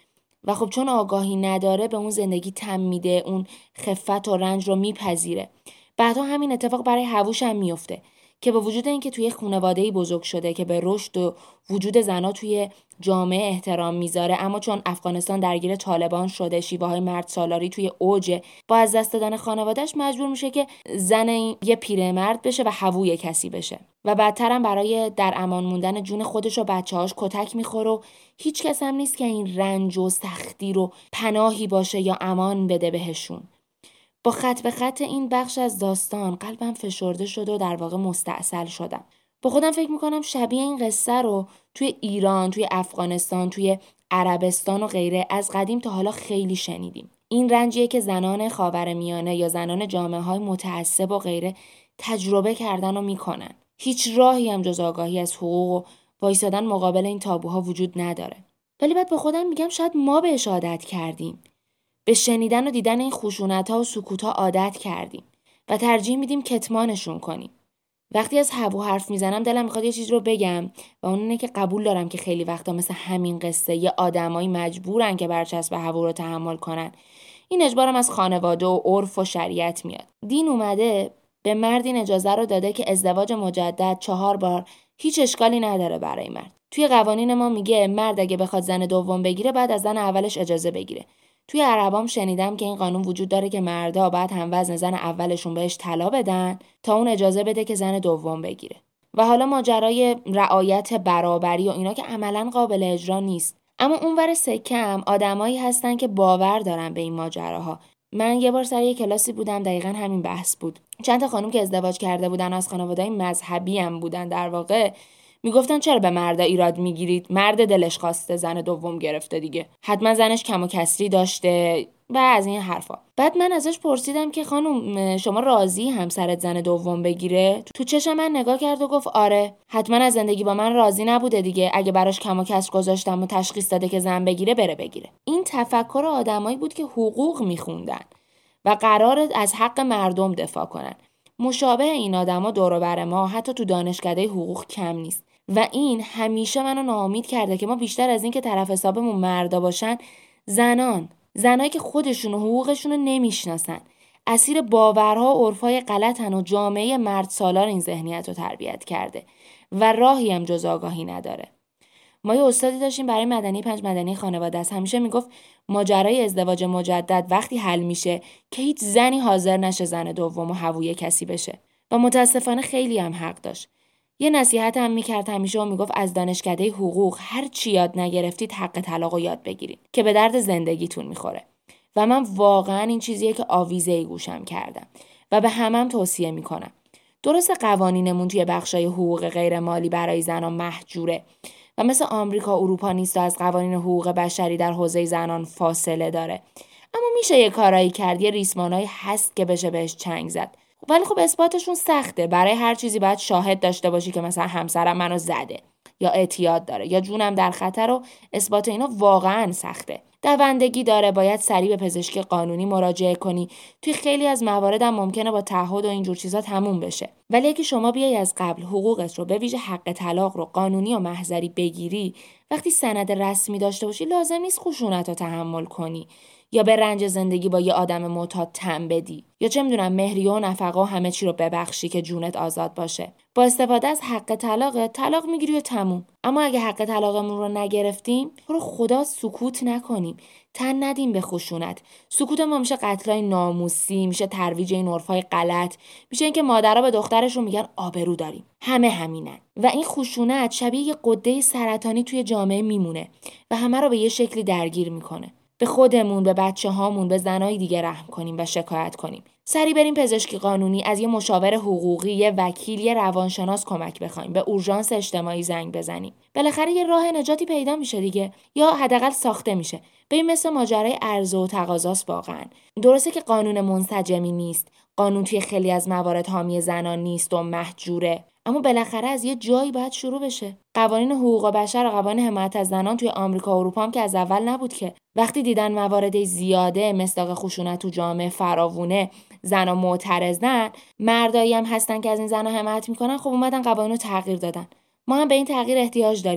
و خب چون آگاهی نداره به اون زندگی تم میده، اون خفت و رنج رو میپذیره. بعدا همین اتفاق برای هووش هم میفته که با وجود اینکه توی خانواده‌ای بزرگ شده که به رشد و وجود زنا توی جامعه احترام میذاره، اما چون افغانستان درگیر طالبان شده، شیوه‌های مرد سالاری توی اوج، با از دست دادن خانواده‌اش مجبور میشه که زن یه پیرمرد بشه و هووی کسی بشه و بعدتر هم برای در امان موندن جون خودش و بچه‌هاش کتک میخوره و هیچ کس هم نیست که این رنج و سختی رو پناهی باشه یا امان بده بهشون. با خط به خط این بخش از داستان قلبم فشرده شد و در واقع مستعسل شدم. با خودم فکر میکنم شبیه این قصه رو توی ایران، توی افغانستان، توی عربستان و غیره از قدیم تا حالا خیلی شنیدیم. این رنجیه که زنان خاورمیانه یا زنان جامعه‌های متعصب و غیره تجربه کردن و میکنن. هیچ راهی هم جز آگاهی از حقوق و وایسادن مقابل این تابوها وجود نداره. ولی بعد با خودم میگم شاید ما بهش عادت کردیم. به شنیدن و دیدن این خشونت‌ها و سکوت‌ها عادت کردیم و ترجیح میدیم کتمانشون کنیم. وقتی از هوو حرف میزنم دلم میخواد یه چیز رو بگم و اون اینه که قبول دارم که خیلی وقتا مثل همین قصه یه آدمایی مجبورن که برچسب هوو رو تحمل کنن. این اجبارم از خانواده و عرف و شریعت میاد. دین اومده به مرد این اجازه رو داده که ازدواج مجدد چهار بار هیچ اشکالی نداره برای مرد. توی قوانین ما میگه مرد اگه بخواد زن دوم بگیره بعد از زن اولش اجازه بگیره. توی عربام شنیدم که این قانون وجود داره که مردا باید هم وزن زن اولشون بهش طلا بدن تا اون اجازه بده که زن دوم بگیره. و حالا ماجرای رعایت برابری و اینا که عملاً قابل اجرا نیست. اما اونور سکه هم آدمایی هستن که باور دارن به این ماجراها. من یه بار سر یه کلاسی بودم، دقیقاً همین بحث بود. چند تا خانم که ازدواج کرده بودن از خانواده‌های مذهبی هم بودن، در واقع میگفتن چرا به مردا ایراد میگیرید؟ مرد دلش خواسته زن دوم گرفته دیگه. حتما زنش کم و کسری داشته و از این حرفا. بعد من ازش پرسیدم که خانم شما راضی همسرت زن دوم بگیره؟ تو چشم من نگاه کرد و گفت آره. حتما از زندگی با من راضی نبوده دیگه. اگه براش کم و کسر گذاشتم و تشخیص داده که زن بگیره بره بگیره. این تفکر آدمایی بود که حقوق میخوندن و قرار از حق مردم دفاع کنن. مشابه این آدما دور و بر ما حتی تو دانشکده حقوق کم نیست. و این همیشه منو ناامید کرده که ما بیشتر از این که طرف حسابمون مردا باشن، زنان زنایی که خودشون و حقوقشون رو نمیشناسن، اسیر باورها و عرفای غلطن و جامعه مرد سالار این ذهنیت رو تربیت کرده و راهی هم جز آگاهی نداره. ما یه استادی داشتیم برای مدنی پنج مدنی خانواده است، همیشه میگفت ماجرای ازدواج مجدد وقتی حل میشه که هیچ زنی حاضر نشه زن دوم و هووی کسی بشه و متاسفانه خیلی هم حق داشت. یه نصیحت هم میکرد همیشه و میگفت از دانشکده حقوق هر چی یاد نگرفتید حق طلاق رو یاد بگیرید که به درد زندگیتون میخوره. و من واقعا این چیزیه که آویزه‌ای گوشم کردم و به همم توصیه میکنم. درست قوانینمون توی بخشای حقوق غیر مالی برای زنان محجوره و مثل آمریکا اروپا نیست و از قوانین حقوق بشری در حوزه زنان فاصله داره. اما میشه یه کارایی کرد، یه ریسمانایی هست که بشه بهش چنگ زد. ولی خب اثباتشون سخته. برای هر چیزی باید شاهد داشته باشی که مثلا همسرم منو زده یا اعتیاد داره یا جونم در خطر و اثبات اینا واقعا سخته. دوندگی داره، باید سریع به پزشکی قانونی مراجعه کنی. توی خیلی از موارد هم ممکنه با تعهد و اینجور چیزا تموم بشه. ولی اگه شما بیای از قبل حقوقت رو به ویژه حق طلاق رو قانونی و محضری بگیری، وقتی سند رسمی داشته باشی لازم نیست خشونت رو تحمل کنی یا به رنج زندگی با یه آدم معتاد تن بدی یا چه میدونم مهریه و نفقه و همه چی رو ببخشی که جونت آزاد باشه. با استفاده از حق طلاق طلاق میگیری و تموم. اما اگه حق طلاقمون رو نگرفتیم، رو خدا سکوت نکنیم، تن ندیم به خشونت. سکوت ما میشه قتلای ناموسی، میشه ترویج این عرفای غلط، میشه اینکه مادرها به دخترشون میگن آبرو داریم، همه همینن. و این خشونت شبیه یه غده سرطانی توی جامعه میمونه و همه رو به یه شکلی درگیر میکنه. به خودمون، به بچه هامون، به زنای دیگه رحم کنیم و شکایت کنیم. سری بریم پزشکی قانونی، از یه مشاور حقوقی، یه وکیل، یه روانشناس کمک بخوایم، به اورژانس اجتماعی زنگ بزنیم. بالاخره یه راه نجاتی پیدا میشه دیگه، یا حداقل ساخته میشه. ببین مثل ماجرای عرضه و تقاضاست واقعا. درسته که قانون منسجمی نیست، قانون توی خیلی از موارد حامی زنان نیست و محجوره، اما بالاخره از یه جایی باید شروع بشه. قوانین حقوق بشر و قوانین حمایت از زنان توی آمریکا و اروپا هم که از اول نبود که. وقتی دیدن موارد زیاده مصداق خشونت تو جامعه فراوونه، زنا معترضن، مردایی هم هستن که از این زنا حمایت میکنن، خب اومدن قوانینو تغییر دادن. ما هم به این تغییر احتیاج داریم.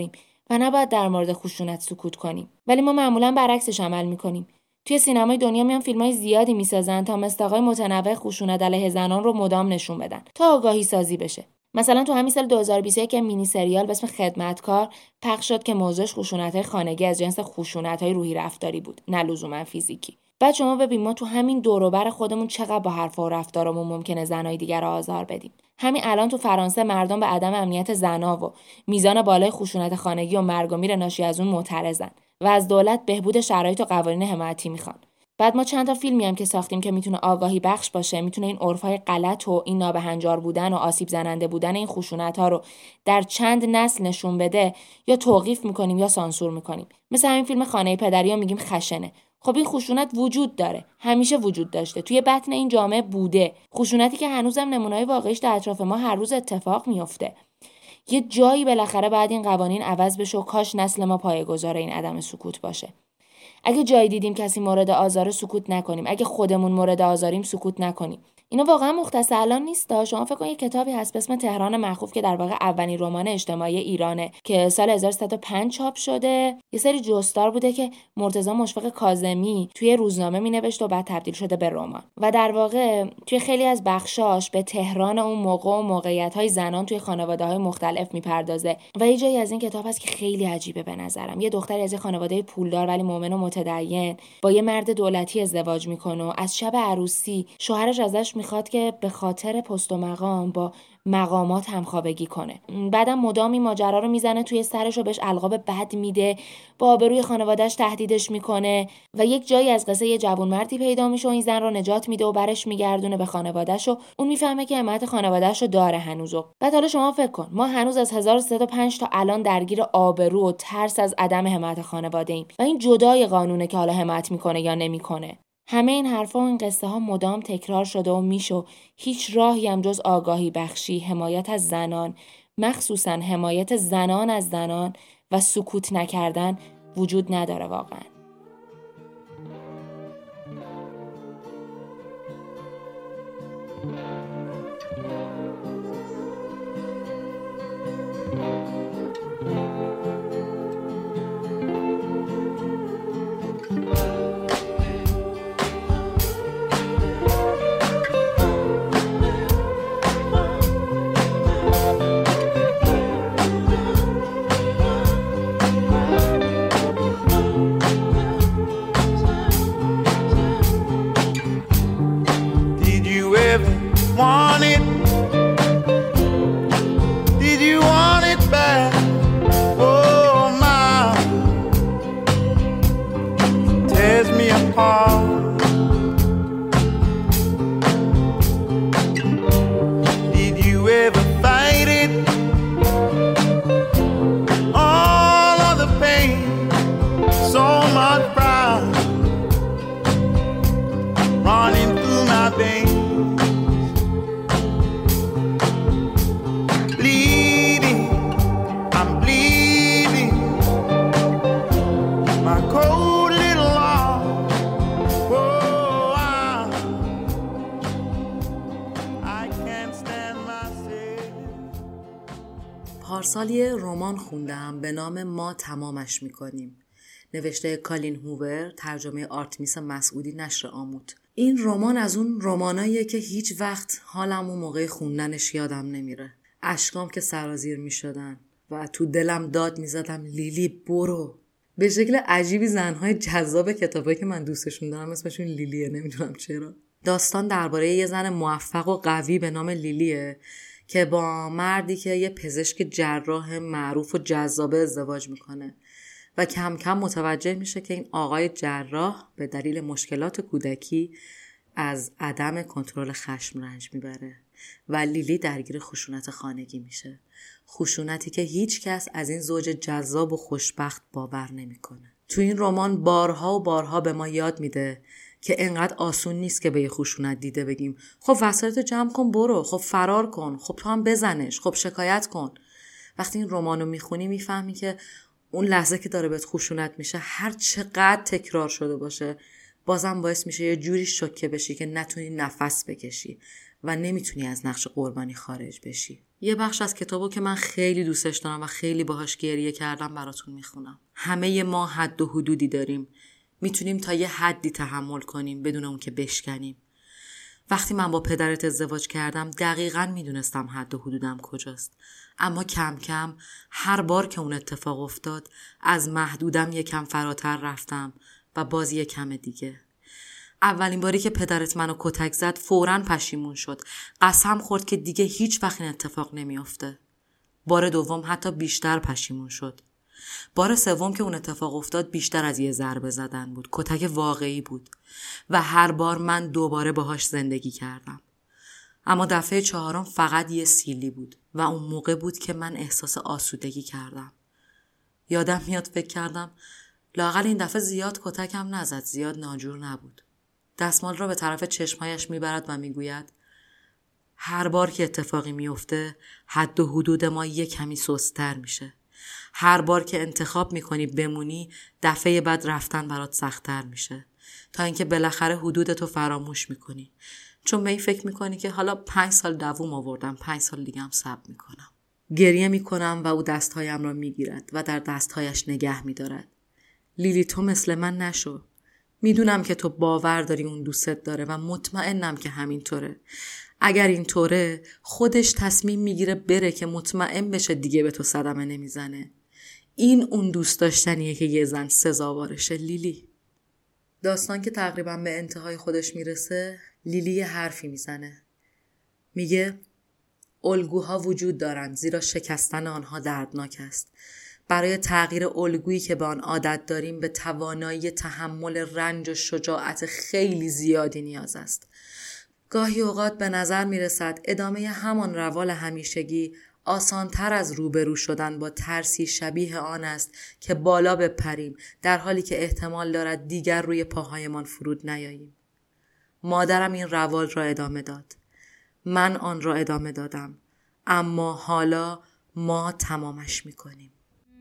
و نباید در مورد خشونت سکوت کنیم. ولی ما معمولا برعکسش عمل میکنیم. توی سینمای دنیا میان فیلمای زیادی میسازن تا مستاقای متنوع خشونت علیه زنان رو مدام نشون بدن تا آگاهی سازی بشه. مثلا تو همین سال دو هزار و بیست و یک مینی سریال به اسم خدمتکار پخش شد که موضوعش خشونت‌های خانگی از جنس خشونت‌های روحی رفتاری بود، نه لزوما فیزیکی. بعد شما ببین ما تو همین دور و بر خودمون چقدر با حرف و رفتارمون ممکنه زنای دیگر رو آزار بدیم. همین الان تو فرانسه مردم به عدم امنیت زنا و میزان بالای خشونت خانگی و مرگ و میر ناشی از اون معترضن و از دولت بهبود شرایط و قوانین حمایتی میخوان. بعد ما چند تا فیلمی هم که ساختیم که میتونه آگاهی بخش باشه، میتونه این عرفای غلط و این نابهنجار بودن و آسیب زننده بودن این خشونت‌ها رو در چند نسل نشون بده، یا توقیف میکنیم یا سانسور میکنیم. مثل همین فیلم خانه پدری ها میگیم خشنه. خب این خشونت وجود داره، همیشه وجود داشته، توی بطن این جامعه بوده. خشونتی که هنوزم نمونه‌های واقعیش در اطراف ما هر روز اتفاق میفته. یه جایی بالاخره بعد این قوانین عوض بشه و کاش نسل ما پایه‌گذار این عدم سکوت باشه. اگه جایی دیدیم کسی مورد آزار سکوت نکنیم، اگه خودمون مورد آزاریم سکوت نکنیم. اینا واقعا مختص الان نیست. شما فکر کن یه کتابی هست به اسم تهران مخوف که در واقع اولین رمان اجتماعی ایرانه که سال هزار و سیصد و پنج چاپ شده. یه سری جستار بوده که مرتضی مشفق کاظمی توی روزنامه مینوشت و بعد تبدیل شده به رمان و در واقع توی خیلی از بخشاش به تهران اون موقع و موقعیت‌های زنان توی خانواده‌های مختلف میپردازه. و یه جایی از این کتاب هست که خیلی عجیبه به نظرم. یه دختری از یه خانواده پولدار ولی مؤمن و متدین با یه مرد دولتی ازدواج میکنه و از شب عروسی شوهرش ازش میخواد که به خاطر پست و مقام با مقامات همخوابگی کنه. بعدم مدام این ماجرا رو میزنه توی سرش و بهش القاب بد میده، با آبروی خانواده‌اش تهدیدش میکنه و یک جایی از قصه یه جوون مردی پیدا میشه و این زن رو نجات میده و برش میگردونه به خانواده‌ش و اون میفهمه که حمایت خانواده‌اش رو داره هنوزو. بعد حالا شما فکر کن ما هنوز از هزار و سیصد و پنج تا الان درگیر آبرو و ترس از عدم حمایت خانواده ایم و این جدای قانونه که حالا حمایت میکنه یا نمیکنه. همه این حرفا و این قصه ها مدام تکرار شده و میشو هیچ راهی هم جز آگاهی بخشی، حمایت از زنان، مخصوصا حمایت زنان از زنان و سکوت نکردن وجود نداره واقعا. Want it? Did you want it back? Oh my, it tears me apart. Did you ever fight it? All of the pain, so much pride running through my veins. پارسال یه رمان خوندم به نام ما تمامش میکنیم، نوشته کالین هوور، ترجمه آرتمیس مسعودی، نشر آموت. این رمان از اون رماناییه که هیچ وقت حالم اون موقع خوندنش یادم نمیره. اشکام که سرازیر میشدن و تو دلم داد میزدم لیلی برو. به شکل عجیبی زنهای جذاب کتابایی که من دوستشون دارم اسمشون لیلیه، نمیدونم چرا. داستان درباره یه زن موفق و قوی به نام لیلیه که با مردی که یه پزشک جراح معروف و جذاب ازدواج میکنه و کم کم متوجه میشه که این آقای جراح به دلیل مشکلات کودکی از عدم کنترل خشم رنج میبره و لیلی درگیر خشونت خانگی میشه. خشونتی که هیچ کس از این زوج جذاب و خوشبخت باور نمیکنه. تو این رمان بارها و بارها به ما یاد میده که انقدر آسون نیست که به یه خشونت دیده بگیم خب وسایلتو جمع کن برو، خب فرار کن، خب تو هم بزنش، خب شکایت کن. وقتی این رمانو میخونی میفهمی که اون لحظه که داره بهت خشونت میشه هر چقدر تکرار شده باشه بازم باعث میشه یه جوری شوکه بشی که نتونی نفس بکشی و نمیتونی از نقش قربانی خارج بشی. یه بخش از کتابو که من خیلی دوستش دارم و خیلی باهاش گریه کردم براتون میخونم. همه ما حد و حدودی داریم. میتونیم تا یه حدی تحمل کنیم بدون اون که بشکنیم. وقتی من با پدرت ازدواج کردم دقیقاً میدونستم حد و حدودم کجاست. اما کم کم هر بار که اون اتفاق افتاد از محدودم یکم فراتر رفتم و باز یکم دیگه. اولین باری که پدرت منو کتک زد فوراً پشیمون شد. قسم خورد که دیگه هیچ وقت این اتفاق نمیافته. بار دوم حتی بیشتر پشیمون شد. بار سوم که اون اتفاق افتاد بیشتر از یه ضربه زدن بود. کتک واقعی بود و هر بار من دوباره باهاش زندگی کردم. اما دفعه چهارم فقط یه سیلی بود و اون موقع بود که من احساس آسودگی کردم. یادم میاد فکر کردم لااقل این دفعه زیاد کتکم نزد، زیاد ناجور نبود. دستمال را به طرف چشمایش میبرد و میگوید هر بار که اتفاقی میفته حد و حدود ما یه کمی سست‌تر میشه. هر بار که انتخاب میکنی بمونی دفعه بعد رفتن برات سخت‌تر میشه تا اینکه بالاخره حدودتو فراموش میکنی، چون به این فکر میکنی که حالا پنج سال دووم آوردم، پنج سال دیگه هم صبر میکنم. گریه میکنم و او دستهایم را میگیرد و در دستهایش نگه میدارد. لیلی تو مثل من نشو. میدونم که تو باور داری اون دوستت داره و مطمئنم که همینطوره. اگر اینطوره خودش تصمیم میگیره بره که مطمئن بشه دیگه به تو صدمه نمیزنه. این اون دوست داشتنیه که یه زن سزاوارشه لیلی. داستان که تقریبا به انتهای خودش میرسه لیلی یه حرفی میزنه. میگه الگوها وجود دارند زیرا شکستن آنها دردناک است. برای تغییر الگویی که به آن عادت داریم به توانایی تحمل رنج و شجاعت خیلی زیادی نیاز است. گاهی اوقات به نظر می رسد ادامه همان روال همیشگی آسان‌تر از روبرو شدن با ترسی شبیه آن است که بالا بپریم در حالی که احتمال دارد دیگر روی پاهایمان فرود نیاییم. مادرم این روال را ادامه داد. من آن را ادامه دادم. اما حالا ما تمامش می کنیم.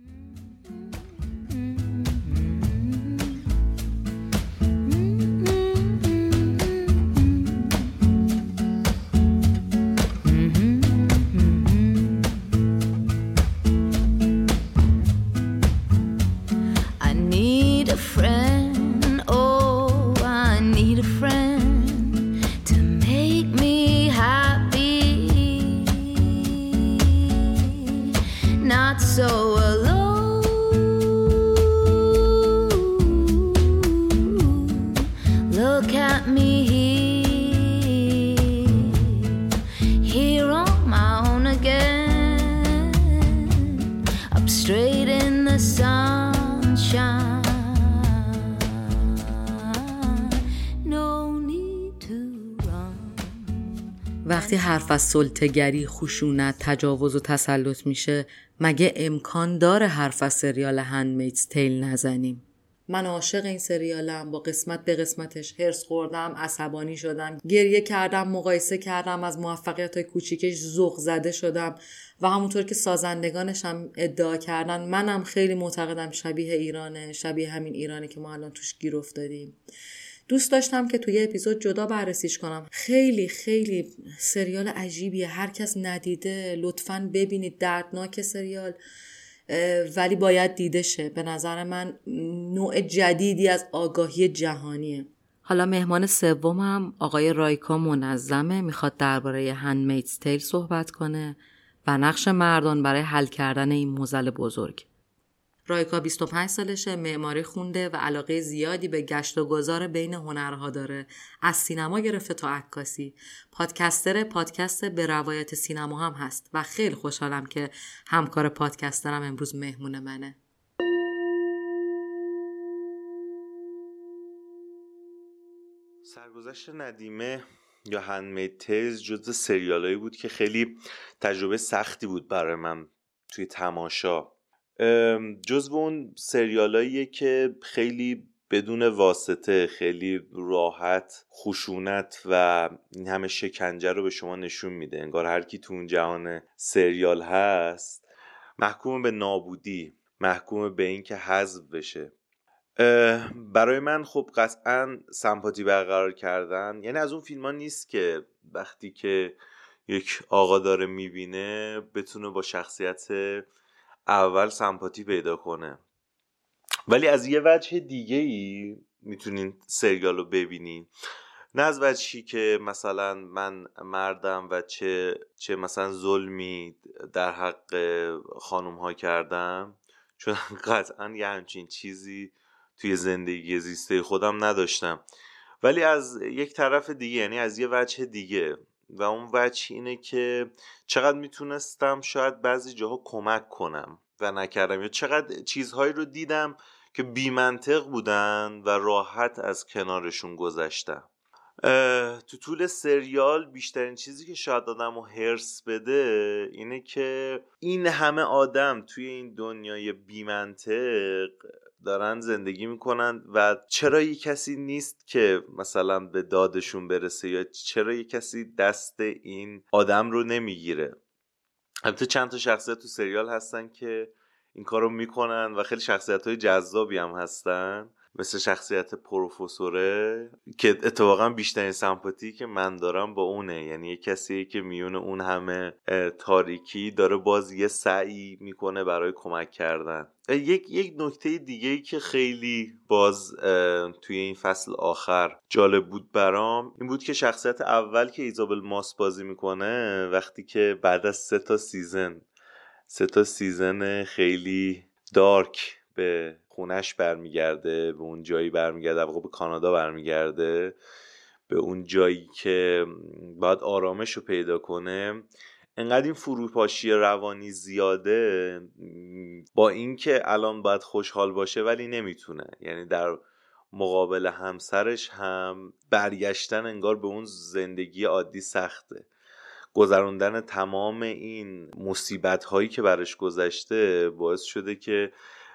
وقتی حرف از سلطه‌گری، خشونت، تجاوز و تسلط میشه مگه امکان داره حرف از سریال هندمیدز تیل نزنیم؟ من عاشق این سریالم. با قسمت به قسمتش هرس خوردم، عصبانی شدم، گریه کردم، مقایسه کردم، از موفقیت‌های کوچیکش ذوق زده شدم و همونطور که سازندگانش هم ادعا کردن منم خیلی معتقدم شبیه ایرانه، شبیه همین ایرانه که ما الان توش گیر افتادیم. دوست داشتم که توی اپیزود جدا بررسیش کنم. خیلی خیلی سریال عجیبیه. هر کس ندیده لطفاً ببینید. دردناک سریال ولی باید دیده شه. به نظر من نوع جدیدی از آگاهی جهانیه. حالا مهمان سومم آقای رایکا منظمه، میخواد درباره هندمیدز تیل صحبت کنه و نقش مردان برای حل کردن این معضل بزرگ. رایکا بیست و پنج سالشه، معماری خونده و علاقه زیادی به گشت و گذار بین هنرها داره. از سینما گرفته تا عکاسی. پادکستر پادکست به روایت سینما هم هست و خیلی خوشحالم که همکار پادکسترم امروز مهمون منه. سرگذشت ندیمه یا هندمیدز تیلز جزو سریالایی بود که خیلی تجربه سختی بود برای من توی تماشا. جزو اون سریالاییه که خیلی بدون واسطه، خیلی راحت خشونت و این همه شکنجه رو به شما نشون میده. انگار هر کی تو اون جهان سریال هست محکوم به نابودی، محکوم به این که حذف بشه. برای من خب قطعا سمپاتی برقرار کردن، یعنی از اون فیلم ها نیست که وقتی که یک آقا داره میبینه بتونه با شخصیت اول سمپاتی پیدا کنه. ولی از یه وجه دیگه ای میتونین سریال رو ببینین، نه از وجهی که مثلا من مردم و چه چه مثلا ظلمی در حق خانوم ها کردم، چون قطعا یه همچین چیزی توی زندگی زیسته خودم نداشتم، ولی از یک طرف دیگه، یعنی از یه وجه دیگه، و اون وجه اینه که چقدر میتونستم شاید بعضی جاها کمک کنم و نکردم، یا چقدر چیزهایی رو دیدم که بی منطق بودن و راحت از کنارشون گذشتم. تو طول سریال بیشترین چیزی که شاید آدمو هرس بده اینه که این همه آدم توی این دنیای بی منطق دارن زندگی میکنن و چرا یک کسی نیست که مثلا به دادشون برسه، یا چرا یک کسی دست این آدم رو نمیگیره. البته چند تا شخصیت تو سریال هستن که این کارو میکنن و خیلی شخصیت‌های جذابی هم هستن، مثل شخصیت پروفسوره که اتفاقا بیشترین سمپاتی که من دارم با اونه، یعنی یه کسی که میون اون همه تاریکی داره باز یه سعی میکنه برای کمک کردن. یک یک نکته دیگه ای که خیلی باز توی این فصل آخر جالب بود برام این بود که شخصیت اول که ایزابل ماس بازی میکنه، وقتی که بعد از سه تا سیزن سه تا سیزن خیلی دارک به خونش برمیگرده، به اون جایی برمیگرده، واقعا به کانادا برمیگرده، به اون جایی که باید آرامش رو پیدا کنه، انقدر این فروپاشی روانی زیاده، با اینکه الان باید خوشحال باشه ولی نمیتونه، یعنی در مقابل همسرش هم برگشتن انگار به اون زندگی عادی سخته. گذراندن تمام این مصیبت هایی که برش گذشته باعث شده که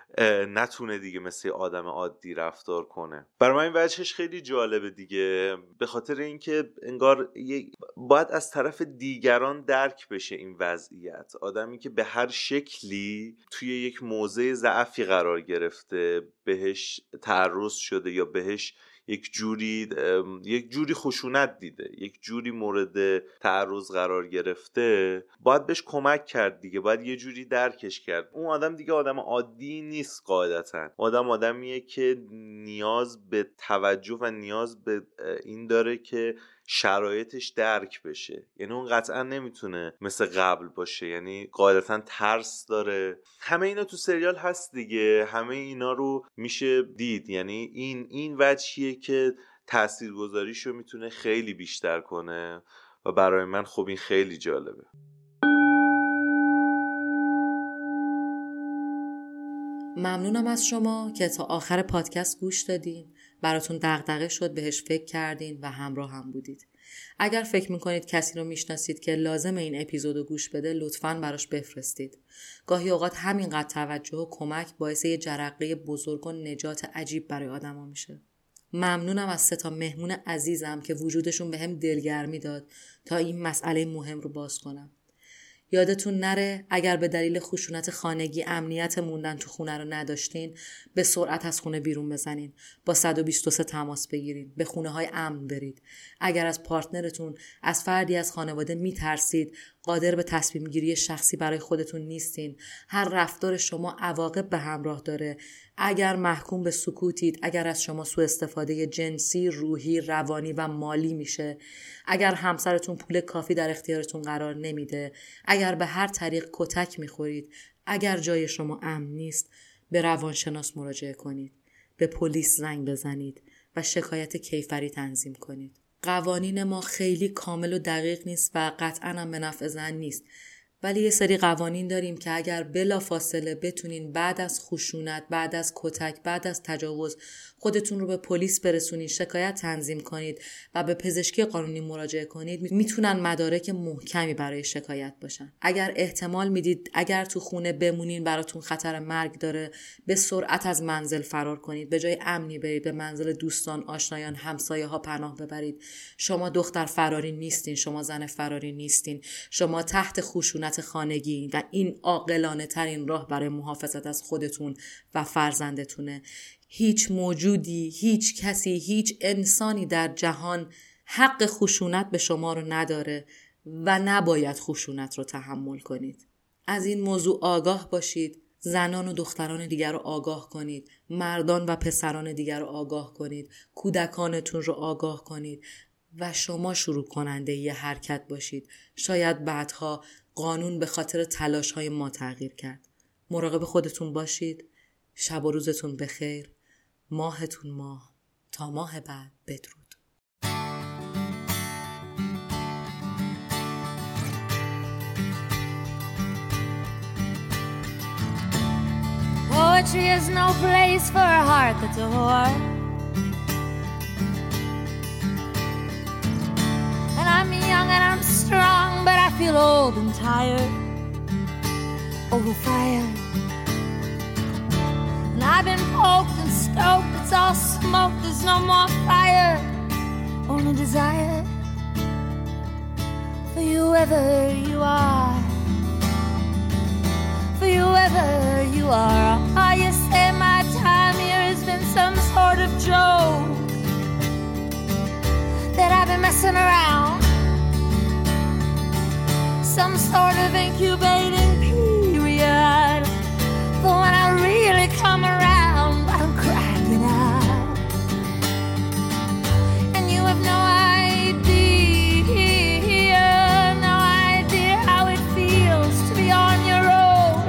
نتونه دیگه مثل آدم عادی رفتار کنه. برای من این وجهش خیلی جالبه دیگه، به خاطر اینکه انگار باید از طرف دیگران درک بشه این وضعیت. آدمی که به هر شکلی توی یک موضع ضعفی قرار گرفته، بهش تعرض شده یا بهش یک جوری یک جوری خشونت دیده، یک جوری مورد تعرض قرار گرفته، باید بهش کمک کرد دیگه، باید یه جوری درکش کرد. اون آدم دیگه آدم عادی نیست قاعدتاً، آدم آدمیه که نیاز به توجه و نیاز به این داره که شرایطش درک بشه. یعنی اون قطعا نمیتونه مثل قبل باشه، یعنی قاعدتاً ترس داره. همه اینا تو سریال هست دیگه، همه اینا رو میشه دید. یعنی این این وجهیه که تاثیرگذاریشو میتونه خیلی بیشتر کنه و برای من خب این خیلی جالبه. ممنونم از شما که تا آخر پادکست گوش دادین، براتون دغدغه شد، بهش فکر کردین و همراه هم بودید. اگر فکر میکنید کسی رو میشناسید که لازم این اپیزودو گوش بده، لطفاً براش بفرستید. گاهی اوقات همینقدر توجه و کمک باعث یه جرقه بزرگ و نجات عجیب برای آدما میشه. ممنونم از سه تا مهمون عزیزم که وجودشون بهم دلگرمی داد تا این مسئله مهم رو باز کنم. یادتون نره اگر به دلیل خشونت خانگی امنیت موندن تو خونه رو نداشتین، به سرعت از خونه بیرون بزنین، با صد و بیست و سه تماس بگیرین، به خونه های امن برید. اگر از پارتنرتون، از فردی از خانواده میترسید، قادر به تصمیم گیری شخصی برای خودتون نیستین، هر رفتار شما عواقب به همراه داره، اگر محکوم به سکوتید، اگر از شما سوء استفاده جنسی، روحی، روانی و مالی میشه، اگر همسرتون پول کافی در اختیارتون قرار نمیده، اگر به هر طریق کتک میخورید، اگر جای شما امن نیست، به روانشناس مراجعه کنید، به پلیس زنگ بزنید و شکایت کیفری تنظیم کنید. قوانین ما خیلی کامل و دقیق نیست و قطعاً هم به نفع زن نیست، ولی یه سری قوانین داریم که اگر بلافاصله بتونین بعد از خشونت، بعد از کتک، بعد از تجاوز خودتون رو به پلیس برسونید، شکایت تنظیم کنید و به پزشکی قانونی مراجعه کنید، میتونن مدارک محکمی برای شکایت باشن. اگر احتمال میدید اگر تو خونه بمونین براتون خطر مرگ داره، به سرعت از منزل فرار کنید، به جای امنی برید، به منزل دوستان، آشنایان، همسایه ها پناه ببرید. شما دختر فراری نیستین، شما زن فراری نیستین، شما تحت خشونت خانگی و این عاقلانه ترین راه برای محافظت از خودتون و فرزندتونه. هیچ موجودی، هیچ کسی، هیچ انسانی در جهان حق خشونت به شما رو نداره و نباید خشونت رو تحمل کنید. از این موضوع آگاه باشید. زنان و دختران دیگر رو آگاه کنید. مردان و پسران دیگر رو آگاه کنید. کودکانتون رو آگاه کنید و شما شروع کننده یه حرکت باشید. شاید بعدها قانون به خاطر تلاش‌های ما تغییر کرد. مراقب خودتون باشید. شب و روزتون بخیر. ماهتون ماه. تا ماه بعد بدرود. Poetry is no place for a heart that's a whore. And I'm young and I'm strong, but I feel old and tired, overfired. And I've been poked and stoked, it's all smoke, there's no more fire, only desire for you whoever you are. For you whoever you are. Oh, you say my time here has been some sort of joke, that I've been messing around, some sort of incubating period, but when I really come around, I'm cracking out. And you have no idea, no idea how it feels to be on your own,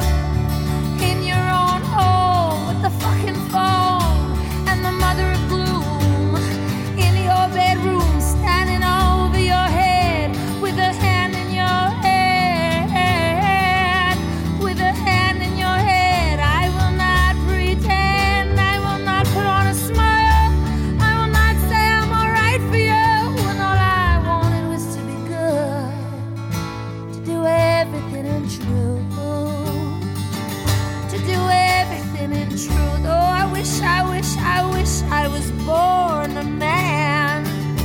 and the mother of gloom in your bedroom, standing over your head with a hand in your head, with a hand in your head. I will not pretend, I will not put on a smile, I will not say I'm alright for you, when all I wanted was to be good, to do everything in truth, to do everything in truth. Oh, I wish, I wish, I wish I was born a man,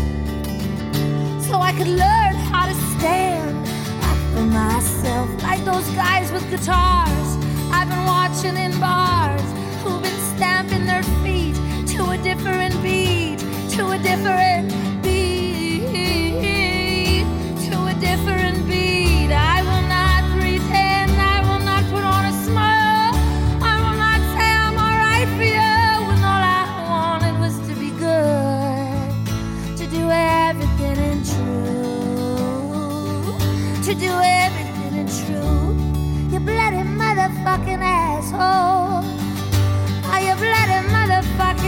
so I could learn how to stand up for myself, like those guys with guitars I've been watching in bars, who've been stamping their feet to a different beat, to a different beat, to a different beat. I will not pretend, I will not put on a smile, I will not say I'm alright for you, when all I wanted was to be good, to do everything in truth, to do everything in truth. You bloody motherfucking asshole, are you bloody motherfucking